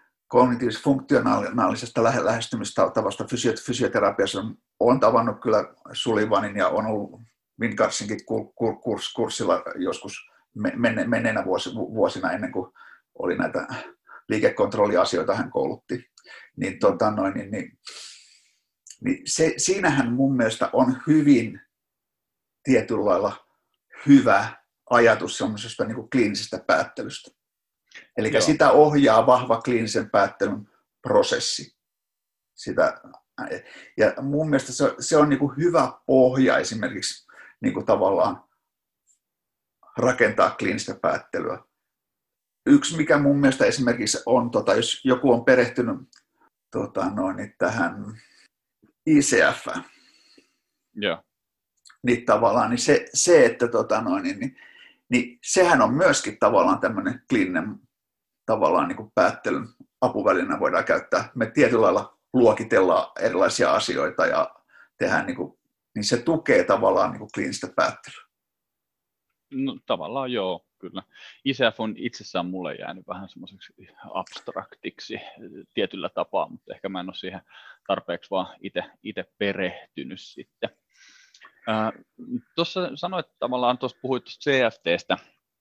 kognitiivis-funktionaalisesta lähestymistavasta fysioterapiassa. Olen tavannut kyllä Sullivanin ja on ollut Winkarsinkin kurssilla joskus menneenä vuosina ennen kuin oli näitä liikekontrolliasioita hän koulutti. Niin, tota noin, niin, niin, niin se, siinähän mun mielestä on hyvin tietyllä lailla hyvä ajatus semmoisesta niin kuin kliinisestä päättelystä. Eli Joo. sitä ohjaa vahva kliinisen päättelyn prosessi. Sitä, ja mun mielestä se, se on niin kuin hyvä pohja esimerkiksi niin kuin tavallaan rakentaa kliinistä päättelyä. yksi, mikä mun mielestä esimerkiksi on, tota, jos joku on perehtynyt tota, noin, tähän I C F, yeah. niin tavallaan niin se, se, että tota, noin, niin, niin, niin sehän on myöskin tavallaan tämmöinen kliininen tavallaan niin kuin päättelyn apuvälinä voidaan käyttää. Me tietyllä lailla luokitellaan erilaisia asioita ja tehdään, niin, kuin, niin se tukee tavallaan niin kuin kliinistä päättelyä. No, tavallaan joo, kyllä. I C F on itsessään mulle jäänyt vähän semmoiseksi abstraktiksi tietyllä tapaa, mutta ehkä mä en ole siihen tarpeeksi vaan itse perehtynyt sitten. Tuossa sanoit tavallaan, tuossa puhuit tuosta C F T:stä,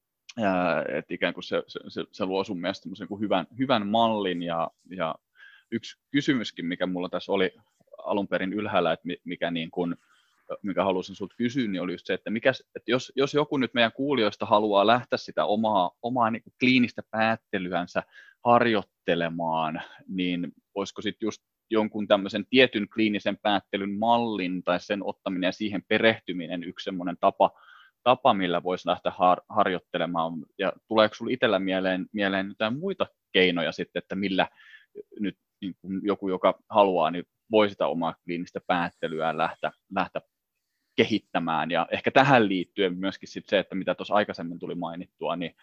että ikään kuin se, se, se luo sun mielestä semmoisen hyvän, hyvän mallin, ja, ja yksi kysymyskin, mikä mulla tässä oli alun perin ylhäällä, että mikä, niin kuin, mikä halusin sulta kysyä, niin oli just se, että, mikä, että jos, jos joku nyt meidän kuulijoista haluaa lähteä sitä omaa, omaa niin kuin kliinistä päättelyänsä harjoittelemaan, niin olisiko sitten just jonkun tämmöisen tietyn kliinisen päättelyn mallin tai sen ottaminen ja siihen perehtyminen yksi semmoinen tapa, tapa millä voisi lähteä har, harjoittelemaan, ja tuleeko sinulla itsellä mieleen, mieleen jotain muita keinoja sitten, että millä nyt niin kuin joku, joka haluaa, niin voi sitä omaa kliinistä päättelyä lähteä, lähteä kehittämään, ja ehkä tähän liittyen myöskin sit se, että mitä tuossa aikaisemmin tuli mainittua, niin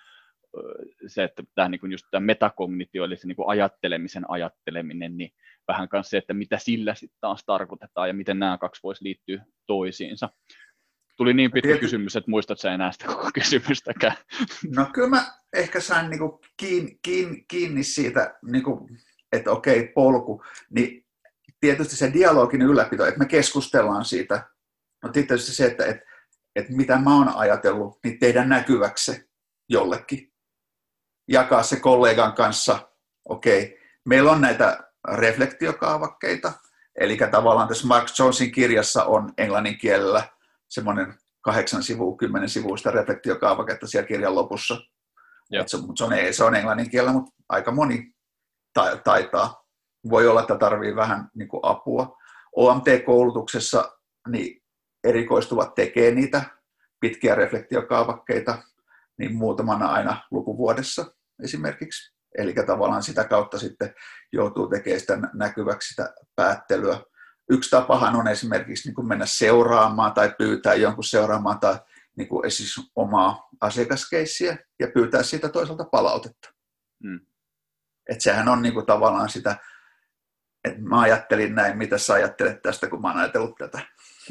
se, että tämä niin kuin just tämä metakognitio, eli se niin kuin ajattelemisen ajatteleminen, niin vähän myös se, että mitä sillä sitten taas tarkoitetaan ja miten nämä kaksi voisi liittyä toisiinsa. Tuli niin pitkä Tiety... kysymys, että muistatko sä enää sitä koko kysymystäkään? No kyllä mä ehkä sain niin kuin kiinni, kiinni, kiinni siitä, niin kuin, että okei, polku, niin tietysti se dialogin ylläpito, että me keskustellaan siitä, no tietysti se, että, että, että mitä mä oon ajatellut, niin tehdään näkyväksi se jollekin. Jakaa se kollegan kanssa, okei, meillä on näitä reflektiokaavakkeita, eli tavallaan tässä Mark Jonesin kirjassa on englannin kielellä semmoinen kahdeksan sivua, kymmenen sivuista reflektiokaavaketta siellä kirjan lopussa. Se, se, on, se on englannin kielellä, mutta aika moni taitaa. Voi olla, että tarvii vähän niin kuin apua. O M T-koulutuksessa niin erikoistuvat tekee niitä pitkiä reflektiokaavakkeita niin muutamana aina lukuvuodessa esimerkiksi. Eli tavallaan sitä kautta sitten joutuu tekemään sitä näkyväksi sitä päättelyä. Yksi tapahan on esimerkiksi niin kuin mennä seuraamaan tai pyytää jonkun seuraamaan tai niin kuin esimerkiksi omaa asiakaskeissiä ja pyytää siitä toiselta palautetta. Hmm. Että sehän on niin kuin tavallaan sitä, että mä ajattelin näin, mitä sä ajattelet tästä, kun mä oon ajatellut tätä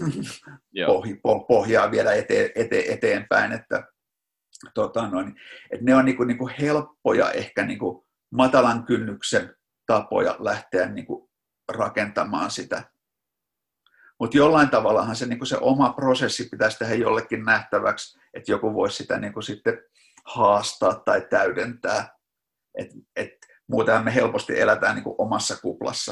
Pohj- pohjaa viedä ete- ete- eteenpäin. Että, tota noin, että ne on niin kuin, niin kuin helppoja, ehkä niin kuin matalan kynnyksen tapoja lähteä niin kuin rakentamaan sitä. Mutta jollain tavallahan se, niin kuin se oma prosessi pitäisi tehdä jollekin nähtäväksi, että joku voisi sitä niin kuin sitten haastaa tai täydentää. Et, et, muutenhan me helposti elätään niin kuin omassa kuplassa.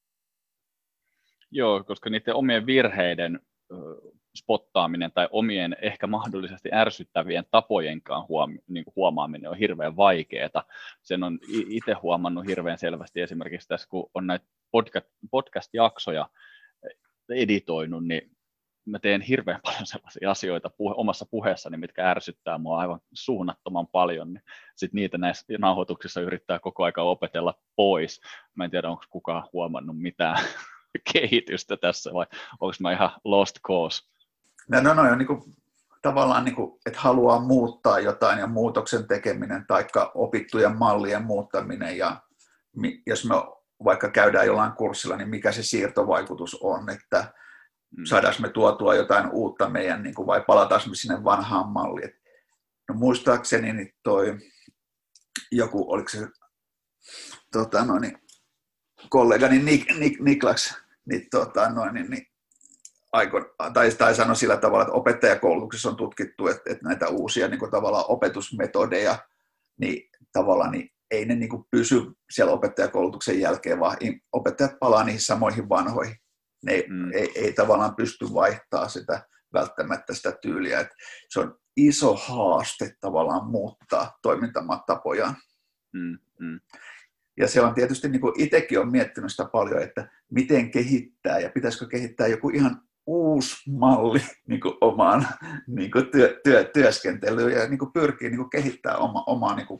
Joo, koska niiden omien virheiden spottaaminen tai omien ehkä mahdollisesti ärsyttävien tapojenkaan huom- niin kuin huomaaminen on hirveän vaikeaa. Sen on itse huomannut hirveän selvästi esimerkiksi tässä, kun on näitä podcast- podcast-jaksoja editoinut, niin mä teen hirveän paljon sellaisia asioita puhe- omassa puheessani, mitkä ärsyttää mua aivan suunnattoman paljon. Niin sitten niitä näissä nauhoituksissa yrittää koko ajan opetella pois. Mä en tiedä, onko kukaan huomannut mitään kehitystä tässä vai onko mä ihan lost cause? No, no, no on niin kuin, tavallaan, niin kuin, että haluaa muuttaa jotain ja muutoksen tekeminen tai opittujen mallien muuttaminen. Ja jos me vaikka käydään jollain kurssilla, niin mikä se siirtovaikutus on, että mm. saadaanko me tuotua jotain uutta meidän, niin kuin, vai palataanko me sinne vanhaan malliin. No muistaakseni niin toi joku, oliko se tota, no, niin, kollegani Nik, Nik, Niklas, niin, tota, noin, niin, niin, aiko, tai, tai sanoi sillä tavalla, että opettajakoulutuksessa on tutkittu, että, että näitä uusia niin kuin, tavallaan opetusmetodeja, niin tavallaan niin, ei ne niin kuin, pysy siellä opettajakoulutuksen jälkeen, vaan opettajat palaa niihin samoihin vanhoihin. Ne ei, mm. ei, ei tavallaan pysty vaihtamaan sitä välttämättä sitä tyyliä. Että se on iso haaste tavallaan muuttaa toimintatapojaan. Mm. Mm. Ja se on tietysti, niin kuin itsekin olen miettinyt sitä paljon, että miten kehittää ja pitäisikö kehittää joku ihan uusi malli niin kuin omaan niin kuin työ, työ, työskentelyyn ja niin kuin pyrkii niin kuin kehittämään oma, omaa niin kuin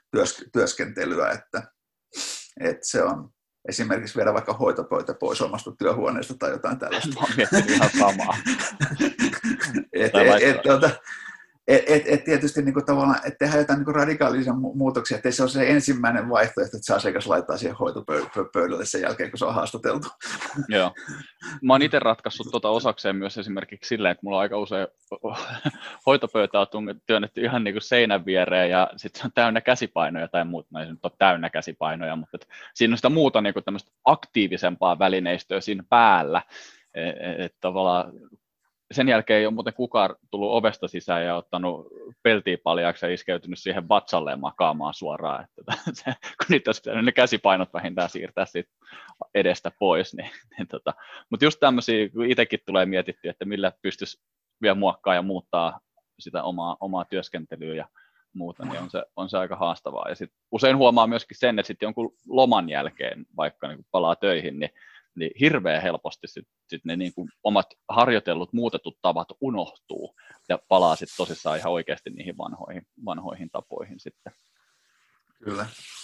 työskentelyä, että, että se on esimerkiksi viedä vaikka hoitopöytä pois omasta työhuoneesta tai jotain tällaista. Mä oon miettinyt ihan samaa. et, et, et, tuota, et, et, et tietysti niin kuin tavallaan, että tehdään jotain niin radikaalisia muutoksia, ettei se ole se ensimmäinen vaihtoehto, että se asiakas laittaa siihen hoitopöydälle sen jälkeen, kun se on haastateltu. Joo. Mä oon itse ratkaissut tuota osakseen myös esimerkiksi silleen, että mulla on aika usein hoitopöytää on työnnetty ihan niin kuin seinän viereen ja sitten se on täynnä käsipainoja tai muuta, no ei se nyt ole täynnä käsipainoja, mutta et siinä on sitä muuta niin kuin tämmöistä aktiivisempaa välineistöä siinä päällä, että et tavallaan sen jälkeen ei ole muuten kukaan tullut ovesta sisään ja ottanut peltiä paljaaksi ja iskeytynyt siihen vatsalleen makaamaan suoraan. Että se, kun niitä olisi pitänyt ne käsipainot vähintään siirtää siitä edestä pois. Niin, niin tota. Mutta just tämmöisiä, kun itsekin tulee mietittyä, että millä pystyisi vielä muokkaa ja muuttaa sitä omaa, omaa työskentelyä ja muuta, niin on se, on se aika haastavaa. Ja sit usein huomaa myöskin sen, että sitten jonkun loman jälkeen, vaikka niin kun palaa töihin, niin niin hirveän helposti sit, sit ne niin kuin omat harjoitellut, muutetut tavat unohtuu ja palaa sitten tosissaan ihan oikeasti niihin vanhoihin, vanhoihin tapoihin sitten. Kyllä.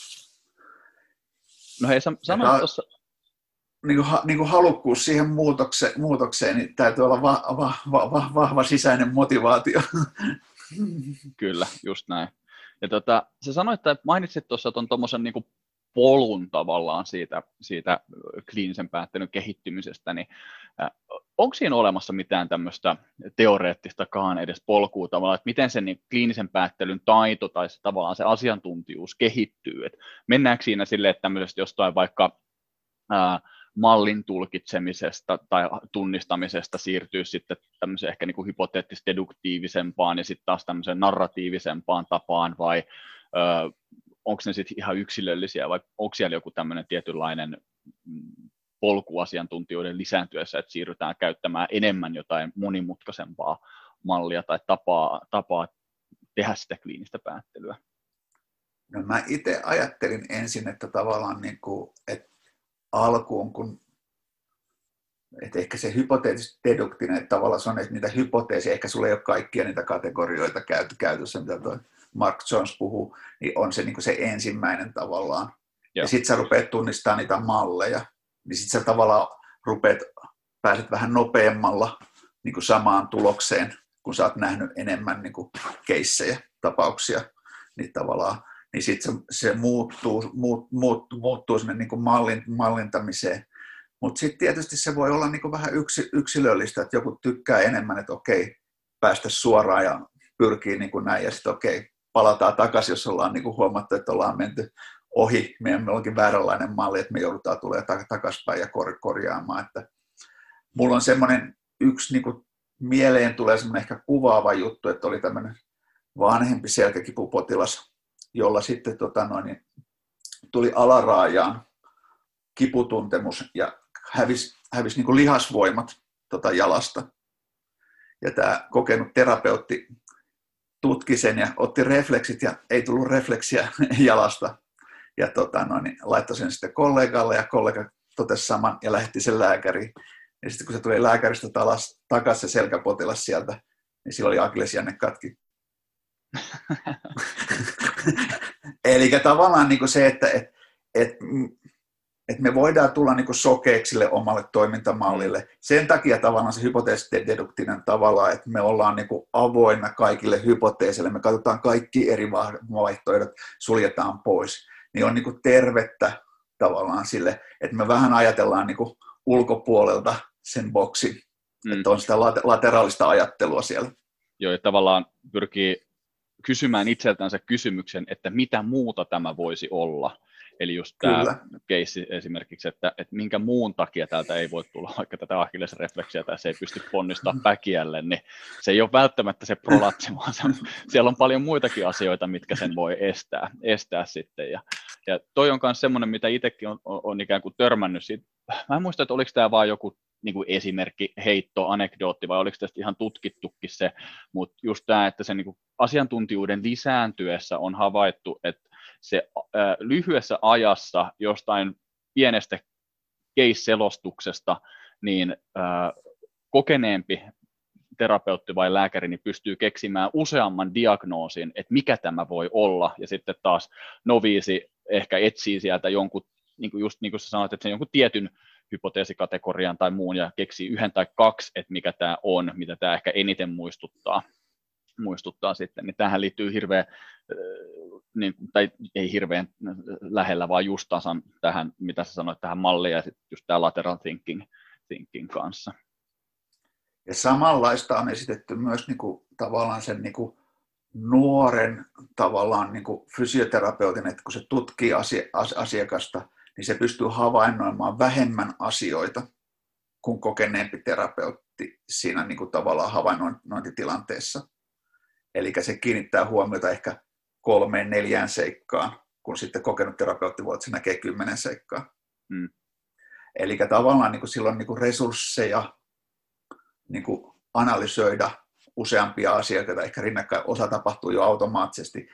No hei, sä sanoit tuossa... Niin kuin, niin kuin halukkuus siihen muutokseen, muutokseen, niin täytyy olla va, va, va, va, vahva sisäinen motivaatio. Kyllä, just näin. Ja tota, sä sanoit, että mainitsit tuossa tuon tuommoisen niin kuin polun tavallaan siitä, siitä kliinisen päättelyn kehittymisestä, niin äh, onko siinä olemassa mitään tämmöistä teoreettistakaan edes polkua tavallaan, että miten sen niin kliinisen päättelyn taito tai se, tavallaan se asiantuntijuus kehittyy, että mennäänkö siinä silleen, että tämmöisestä jostain vaikka äh, mallin tulkitsemisesta tai tunnistamisesta siirtyy sitten tämmöiseen ehkä niin kuin hypoteettis-deduktiivisempaan ja sitten taas tämmöiseen narratiivisempaan tapaan vai äh, onko ne sitten ihan yksilöllisiä vai onko siellä joku tämmöinen tietynlainen polku asiantuntijoiden lisääntyessä, että siirrytään käyttämään enemmän jotain monimutkaisempaa mallia tai tapaa, tapaa tehdä sitä kliinistä päättelyä? No mä itse ajattelin ensin, että tavallaan niin kuin, että alkuun, kun että ehkä se hypoteetis-deduktinen, että tavallaan se on, että niitä hypoteeseja, ehkä sulla ei ole kaikkia niitä kategorioita käytössä, mitä tuo Mark Jones puhuu, niin on se, niin kuin se ensimmäinen tavallaan. Joo. Ja sitten sä rupeat tunnistamaan niitä malleja, niin sitten sä tavallaan rupeat, pääset vähän nopeammalla niin kuin samaan tulokseen, kun sä oot nähnyt enemmän niin kuin keissejä, tapauksia, niin tavallaan, niin sitten se, se muuttuu, muut, muut, muuttuu sinne niin kuin mallin, mallintamiseen. Mutta sitten tietysti se voi olla niin kuin vähän yksi, yksilöllistä, että joku tykkää enemmän, että okei, päästä suoraan ja pyrkii niin kuin näin, ja sitten okei, palataan takaisin, jos ollaan niin kuin huomattu, että ollaan menty ohi, meillä onkin vääränlainen malli, että me joudutaan tulemaan takaisinpäin ja kor- korjaamaan. Että mulla on semmoinen yksi niin kuin mieleen tulee semmoinen ehkä kuvaava juttu, että oli tämmöinen vanhempi selkäkipupotilas, jolla sitten tota noin, tuli alaraajaan kiputuntemus ja hävisi, hävisi niin kuin lihasvoimat tota jalasta. Ja tämä kokenut terapeutti tutki sen ja otti refleksit ja ei tullut refleksiä jalasta. Ja tota noin, laittoi sen sitten kollegalle ja kollega totesi saman ja lähetti sen lääkäriin. Ja sitten kun se tuli lääkäristä talas, takaisin se selkäpotilas sieltä, niin sillä oli akillesjänne katki. Eli tavallaan niin kuin se, että et, et, et me voidaan tulla niin kuin sokeeksi sille omalle toimintamallille. Sen takia tavallaan se hypoteesideduktinen tavallaan, että me ollaan niin kuin avoinna kaikille hypoteeseille. Me katsotaan kaikki eri vaihtoehdot, suljetaan pois. Niin on niin kuin tervettä tavallaan sille, että me vähän ajatellaan niin kuin ulkopuolelta sen boksin. Mm. Että on sitä lateraalista ajattelua siellä. Joo, ja tavallaan pyrkii kysymään itseltänsä kysymyksen, että mitä muuta tämä voisi olla. Eli just tämä keissi esimerkiksi, että, että minkä muun takia täältä ei voi tulla vaikka tätä akillesrefleksiä tai se ei pysty ponnistamaan päkiälle, niin se ei ole välttämättä se prolatsi, vaan se on, siellä on paljon muitakin asioita, mitkä sen voi estää, estää sitten. Ja, ja toi on myös semmoinen, mitä itsekin on, on, on ikään kuin törmännyt siitä. Mä en muista, että oliko tämä vaan joku niin kuin esimerkki, heitto, anekdootti, vai oliko tästä ihan tutkittukin se, mutta just tämä, että sen niin kuin asiantuntijuuden lisääntyessä on havaittu, että se äh, lyhyessä ajassa jostain pienestä case-selostuksesta, niin äh, kokeneempi terapeutti vai lääkäri niin pystyy keksimään useamman diagnoosin, että mikä tämä voi olla, ja sitten taas noviisi ehkä etsii sieltä jonkun, niin kuin just niin kuin sä sanoit, että sen jonkun tietyn hypoteesikategorian tai muun, ja keksii yhden tai kaksi, että mikä tämä on, mitä tämä ehkä eniten muistuttaa, muistuttaa sitten, niin tähän liittyy hirveän, niin, tai ei hirveän lähellä, vaan just tasan tähän, mitä sä sanoit, tähän malliin, ja sitten just tämä lateral thinking, thinking kanssa. Ja samanlaista on esitetty myös niin kuin, tavallaan sen niin kuin, nuoren tavallaan niin kuin fysioterapeutin, että kun se tutkii asiakasta, niin se pystyy havainnoimaan vähemmän asioita kuin kokeneempi terapeutti siinä niin kuin, tavallaan havainnointitilanteessa. Eli se kiinnittää huomiota ehkä kolmeen, neljään seikkaan, kun sitten kokenut terapeutti voi, että se näkee kymmenen seikkaa. Mm. Eli tavallaan niin kuin, silloin niin kuin resursseja niin kuin analysoida useampia asioita, ehkä rinnakkain osa tapahtuu jo automaattisesti,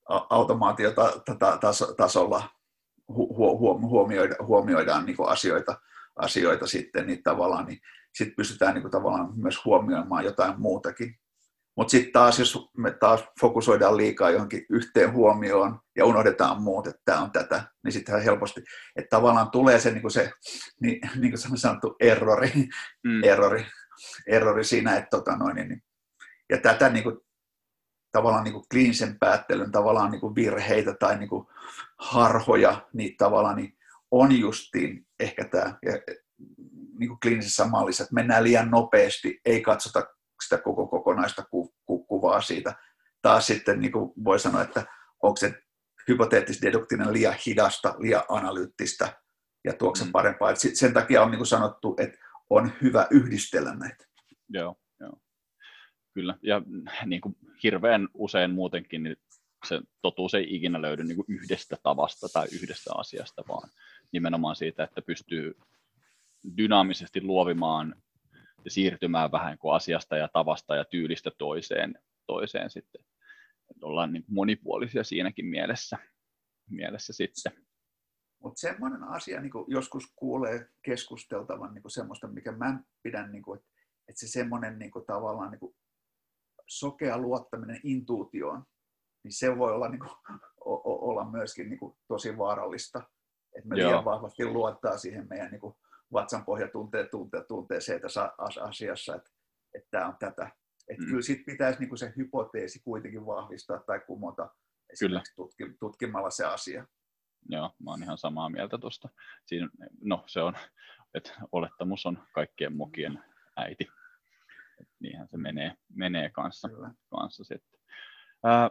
automaatiotasolla huomioidaan, huomioidaan niin kuin asioita, asioita sitten, niin tavallaan niin sit pystytään niin kuin tavallaan myös huomioimaan jotain muutakin. Mutta sitten taas, jos me taas fokusoidaan liikaa johonkin yhteen huomioon ja unohdetaan muut, että tämä on tätä, niin sitten helposti, että tavallaan tulee se, niin kuin se niin, niin kuin sanottu errori, mm. errori, errori siinä, että tota noin, niin, ja tätä niin kuin, tavallaan niin kuin kliinisen päättelyn tavallaan niin kuin virheitä tai niin kuin harhoja, niin tavallaan niin on justiin ehkä tämä niin kuin kliinisessä mallissa, että mennään liian nopeasti, ei katsota sitä koko kokonaista ku, ku, kuvaa siitä. Taas sitten niin kuin voi sanoa, että onko se hypoteettis-deduktinen liian hidasta, liian analyyttistä ja tuokse mm. parempaa. Et sen takia on niin kuin sanottu, että on hyvä yhdistellä näitä. Joo, joo. Kyllä. Ja niin kuin hirveän usein muutenkin niin se totuus ei ikinä löydy niin kuin yhdestä tavasta tai yhdestä asiasta, vaan nimenomaan siitä, että pystyy dynaamisesti luovimaan ja siirtymään vähän kuin asiasta ja tavasta ja tyylistä toiseen, toiseen sitten. Että ollaan niin monipuolisia siinäkin mielessä, mielessä sitten. Mutta semmoinen asia, niin joskus kuulee keskusteltavan niin semmoista, mikä mä pidän, niin kuin, että se semmoinen niin tavallaan niin sokea luottaminen intuutioon, niin se voi olla, niin kuin, olla myöskin niin kuin, tosi vaarallista. Että me liian vahvasti luottaa siihen meidän niin kuin, vatsanpohja tuntee, tuntee, tuntee se tässä asiassa, että, että tämä on tätä. Että mm. kyllä sitten pitäisi niin kuin se hypoteesi kuitenkin vahvistaa tai kumota esimerkiksi tutki, tutkimalla se asia. Joo, mä oon ihan samaa mieltä tuosta. Siinä, no se on, että olettamus on kaikkien mokien äiti. Et niinhän se menee, menee kanssa, kanssa sitten. Ää,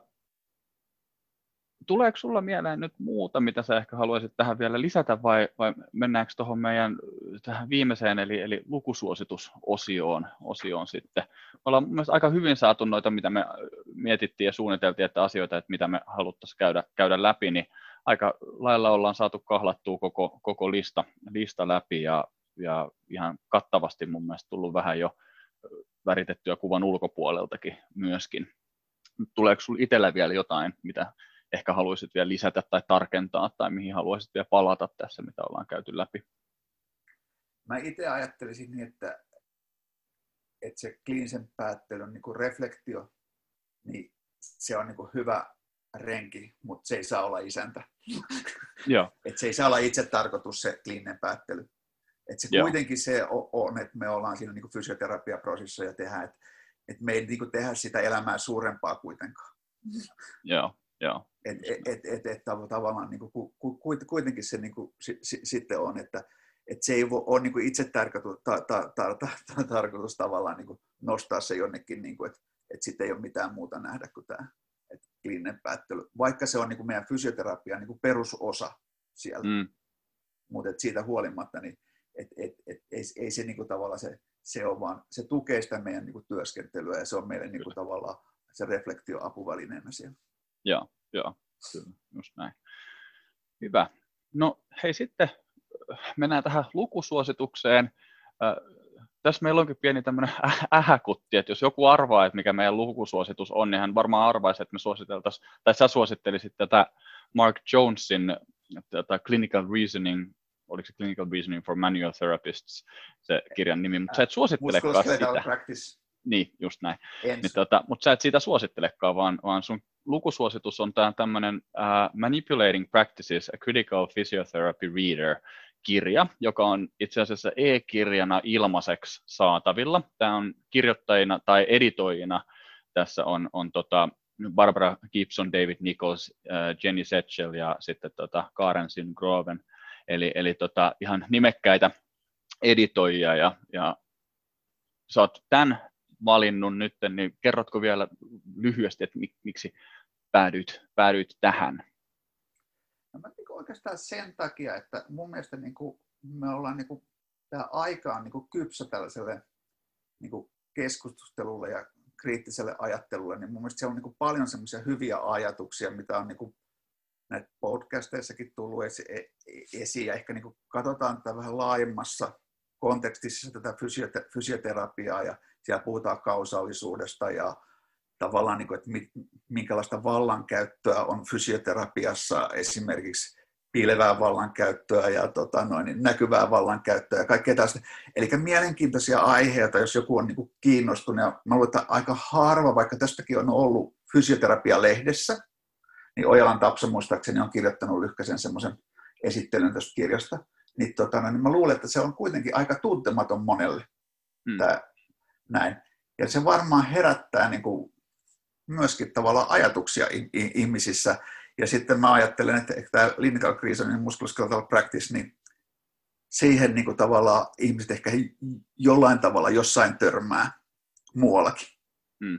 tuleeko sulla mieleen nyt muuta, mitä sä ehkä haluaisit tähän vielä lisätä, vai, vai mennäänkö tuohon meidän tähän viimeiseen, eli, eli lukusuositusosioon osioon sitten? Me ollaan mun mielestä aika hyvin saatu noita, mitä me mietittiin ja suunniteltiin, että asioita, että mitä me haluttaisiin käydä, käydä läpi, niin aika lailla ollaan saatu kahlattua koko, koko lista, lista läpi, ja, ja ihan kattavasti mun mielestä tullut vähän jo väritettyä kuvan ulkopuoleltakin myöskin. Tuleeko sinulla itsellä vielä jotain, mitä ehkä haluaisit vielä lisätä tai tarkentaa, tai mihin haluaisit vielä palata tässä, mitä ollaan käyty läpi? Mä itse ajattelisin niin, että, että se kliinisen päättelyn niin kuin reflektio, niin se on niin kuin hyvä renki, mutta se ei saa olla isäntä. Joo. Että se ei saa olla itse tarkoitus se kliininen päättely. Että se Joo. kuitenkin se on, että me ollaan siinä niin kuin fysioterapiaprosessissa ja tehdään, että, että me ei niin kuin tehdä sitä elämää suurempaa kuitenkaan. Joo. Joo. Et, et, et, et, et, tavallaan niin kuin, kuitenkin se niin kuin, si, si, sitten on, että et se ei ole niin kuin itse tarkoitus, ta, ta, ta, ta, ta, tarkoitus tavallaan niin kuin nostaa se jonnekin, niin kuin, että et sitten ei ole mitään muuta nähdä kuin tämä kliininen päättely. Vaikka se on niin kuin meidän fysioterapian niin kuin perusosa siellä, mm. mutta siitä huolimatta, niin et, et, et, ei, ei se niin kuin, tavallaan se, se on vaan, se tukee sitä meidän niin kuin työskentelyä ja se on meille niin kuin, tavallaan se reflektioapuvälineenä siellä. Joo, joo, kyllä, just näin. Hyvä. No hei, sitten mennään tähän lukusuositukseen. Äh, tässä meillä onkin pieni tämmöinen ähäkutti, että jos joku arvaa, että mikä meidän lukusuositus on, niin hän varmaan arvaisi, että me suositeltaisiin, tai sä suosittelisit tätä Mark Jonesin tätä Clinical Reasoning, oliko se Clinical Reasoning for Manual Therapists, se kirjan nimi, mutta sä et suosittelekaan sitä. Practice. Niin, just näin. Niin, tota, mutta sä et siitä suosittelekaan, vaan, vaan sun lukusuositus on tämä tämmöinen uh, Manipulating Practices, a Critical Physiotherapy Reader-kirja, joka on itse asiassa e-kirjana ilmaiseksi saatavilla. Tämä on kirjoittajina tai editoijina. Tässä on, on tota Barbara Gibson, David Nichols, uh, Jenny Setchell ja sitten tota Karen Groven. Eli, eli tota, ihan nimekkäitä editoijia ja, ja sä oot tämän valinnut nyt, niin kerrotko vielä lyhyesti, että miksi päädyit, päädyit tähän? No, mä niin oikeastaan sen takia, että mun mielestä niin kuin me ollaan, niin kuin, tämä aika on niin kuin kypsä tällaiselle niin kuin keskustelulle ja kriittiselle ajattelulle, niin mun mielestä siellä on niin kuin paljon semmoisia hyviä ajatuksia, mitä on niin kuin näitä podcasteissakin tullut esiin, ja ehkä niin kuin katsotaan tätä vähän laajemmassa kontekstissa tätä fysiote- fysioterapiaa, ja siellä puhutaan kausaalisuudesta ja tavallaan, niin kuin, että minkälaista vallankäyttöä on fysioterapiassa, esimerkiksi piilevää vallankäyttöä ja tota, noin, näkyvää vallankäyttöä ja kaikkea tästä. Eli mielenkiintoisia aiheita, jos joku on niin kuin kiinnostunut, ja mä luulen, että aika harva, vaikka tästäkin on ollut Fysioterapia-lehdessä, niin Ojalan Tapsa muistaakseni on kirjoittanut lyhkäisen semmoisen esittelyn tästä kirjasta, niin, tota, niin mä luulen, että se on kuitenkin aika tuntematon monelle. Mm. Tää, näin. Ja se varmaan herättää niin kuin myöskin tavallaan ajatuksia ihmisissä. Ja sitten mä ajattelen, että tämä clinical reasoning musculoskeletal practice, niin siihen niin kuin tavallaan ihmiset ehkä jollain tavalla jossain törmää muuallakin. Mm.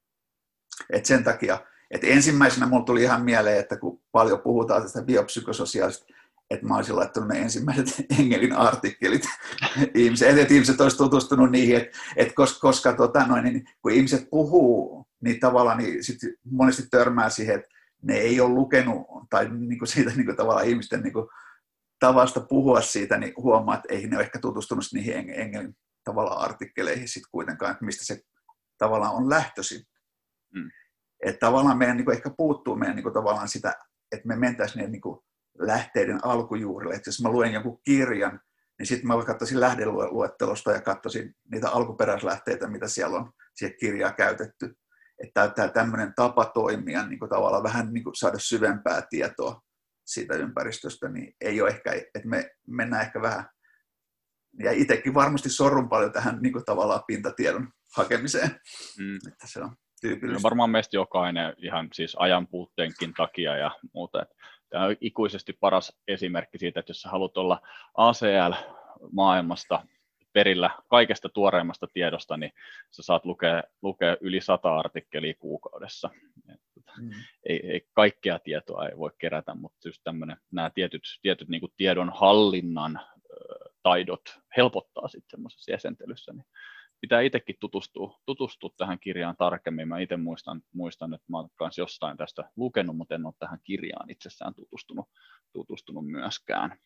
Et sen takia, että ensimmäisenä mulla tuli ihan mieleen, että kun paljon puhutaan tästä biopsykososiaalista, että mä olisin laittanut ne ensimmäiset Engelin artikkelit ihmiset, että ihmiset olisivat tutustunut niihin, että, että koska, koska tota noin, niin kun ihmiset puhuu, niin tavallaan niin sit monesti törmää siihen, että ne ei ole lukenut, tai niin kuin siitä niin kuin tavallaan ihmisten niin kuin tavasta puhua siitä, niin huomaa, että ei ne ole ehkä tutustunut niihin Engelin tavallaan artikkeleihin sit kuitenkaan, että mistä se tavallaan on lähtöisin. Mm. Että tavallaan meidän niin kuin ehkä puuttuu meidän niin kuin tavallaan sitä, että me mentäisiin ne niin kuin lähteiden alkujuurille. Että jos mä luen jonkun kirjan, niin sitten mä katsoisin lähdeluettelosta ja katsoisin niitä alkuperäislähteitä, mitä siellä on siihen kirjaan käytetty. Että tämä tämmöinen tapa toimia, niin kuin tavallaan vähän niin kuin saada syvempää tietoa siitä ympäristöstä, niin ei ole ehkä, että me mennään ehkä vähän, ja itsekin varmasti sorrun paljon tähän niin kuin tavallaan pintatiedon hakemiseen, mm. että se on tyypillistä. No varmaan meistä jokainen ihan siis ajan puutteenkin takia ja muuta. Tämä on ikuisesti paras esimerkki siitä, että jos sä haluat olla A C L-maailmasta perillä kaikesta tuoreimmasta tiedosta, niin sä saat lukea, lukea yli sata artikkelia kuukaudessa. Mm. Ei, ei, kaikkea tietoa ei voi kerätä, mutta just tämmöinen, nämä tietyt, tietyt niin kuin tiedon hallinnan ö, taidot helpottaa sitten semmoisessa jäsentelyssä. Niin pitää itsekin tutustua, tutustua tähän kirjaan tarkemmin. Mä itse muistan, muistan, että mä oon kanssa jostain tästä lukenut, mutta en ole tähän kirjaan itsessään tutustunut, tutustunut myöskään.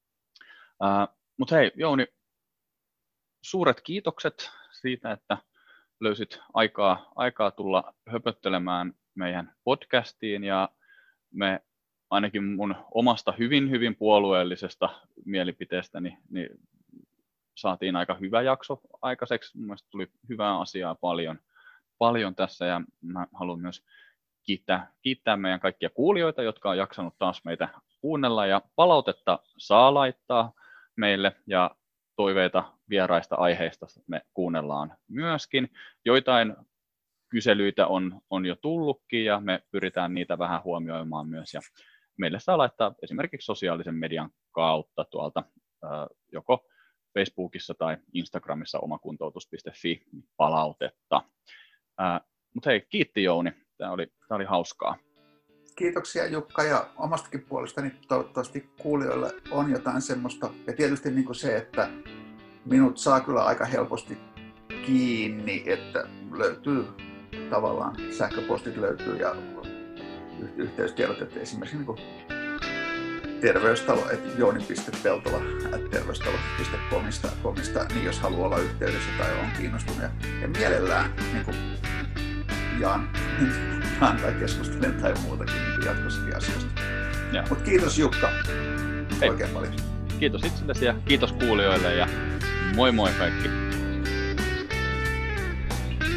Uh, mutta hei, Jouni, suuret kiitokset siitä, että löysit aikaa, aikaa tulla höpöttelemään meidän podcastiin, ja me ainakin mun omasta hyvin, hyvin puolueellisesta mielipiteestäni niin saatiin aika hyvä jakso aikaiseksi. Mun mielestä tuli hyvää asiaa paljon, paljon tässä, ja mä haluan myös kiittää, kiittää meidän kaikkia kuulijoita, jotka on jaksanut taas meitä kuunnella, ja palautetta saa laittaa meille, ja toiveita vieraista aiheista me kuunnellaan myöskin. Joitain kyselyitä on, on jo tullutkin, ja me pyritään niitä vähän huomioimaan myös, ja meille saa laittaa esimerkiksi sosiaalisen median kautta tuolta joko Facebookissa tai Instagramissa omakuntoutus piste fi palautetta. Mutta hei, kiitti Jouni, tämä oli, tämä oli hauskaa. Kiitoksia Jukka, ja omastakin puolestani toivottavasti kuulijoille on jotain semmoista, ja tietysti niin kuin se, että minut saa kyllä aika helposti kiinni, että löytyy tavallaan, sähköpostit löytyy ja yhteystiedot, että esimerkiksi niin kuin terveystalo, että jooni piste peltola ät terveystalo piste comista, niin jos haluaa olla yhteydessä tai on kiinnostunut, ja, ja mielellään niin kuin jaan, jaan tai keskustelen tai muutakin niin jatkossakin asioista. Mutta kiitos Jukka Hei. Oikein paljon. Kiitos itsellesi ja kiitos kuulijoille, ja moi moi kaikki.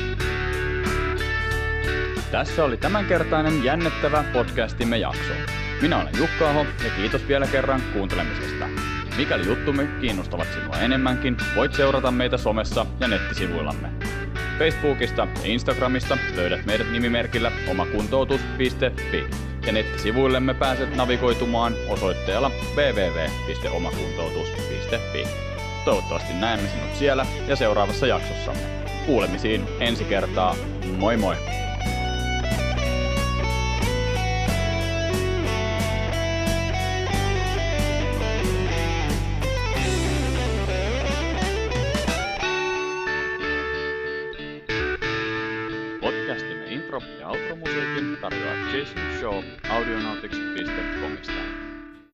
Tässä oli tämänkertainen jännittävä podcastimme jakso. Minä olen Jukka Aho ja kiitos vielä kerran kuuntelemisesta. Mikäli juttumme kiinnostavat sinua enemmänkin, voit seurata meitä somessa ja nettisivuillamme. Facebookista ja Instagramista löydät meidät nimimerkillä omakuntoutus piste fi ja nettisivuillemme pääset navigoitumaan osoitteella double-u double-u double-u piste omakuntoutus piste fi. Toivottavasti näemme sinut siellä ja seuraavassa jaksossamme. Kuulemisiin ensi kertaa. Moi moi! Podcastimme intro- ja outro-musiikin tarjoaa Jason Shaw audionautics piste comista.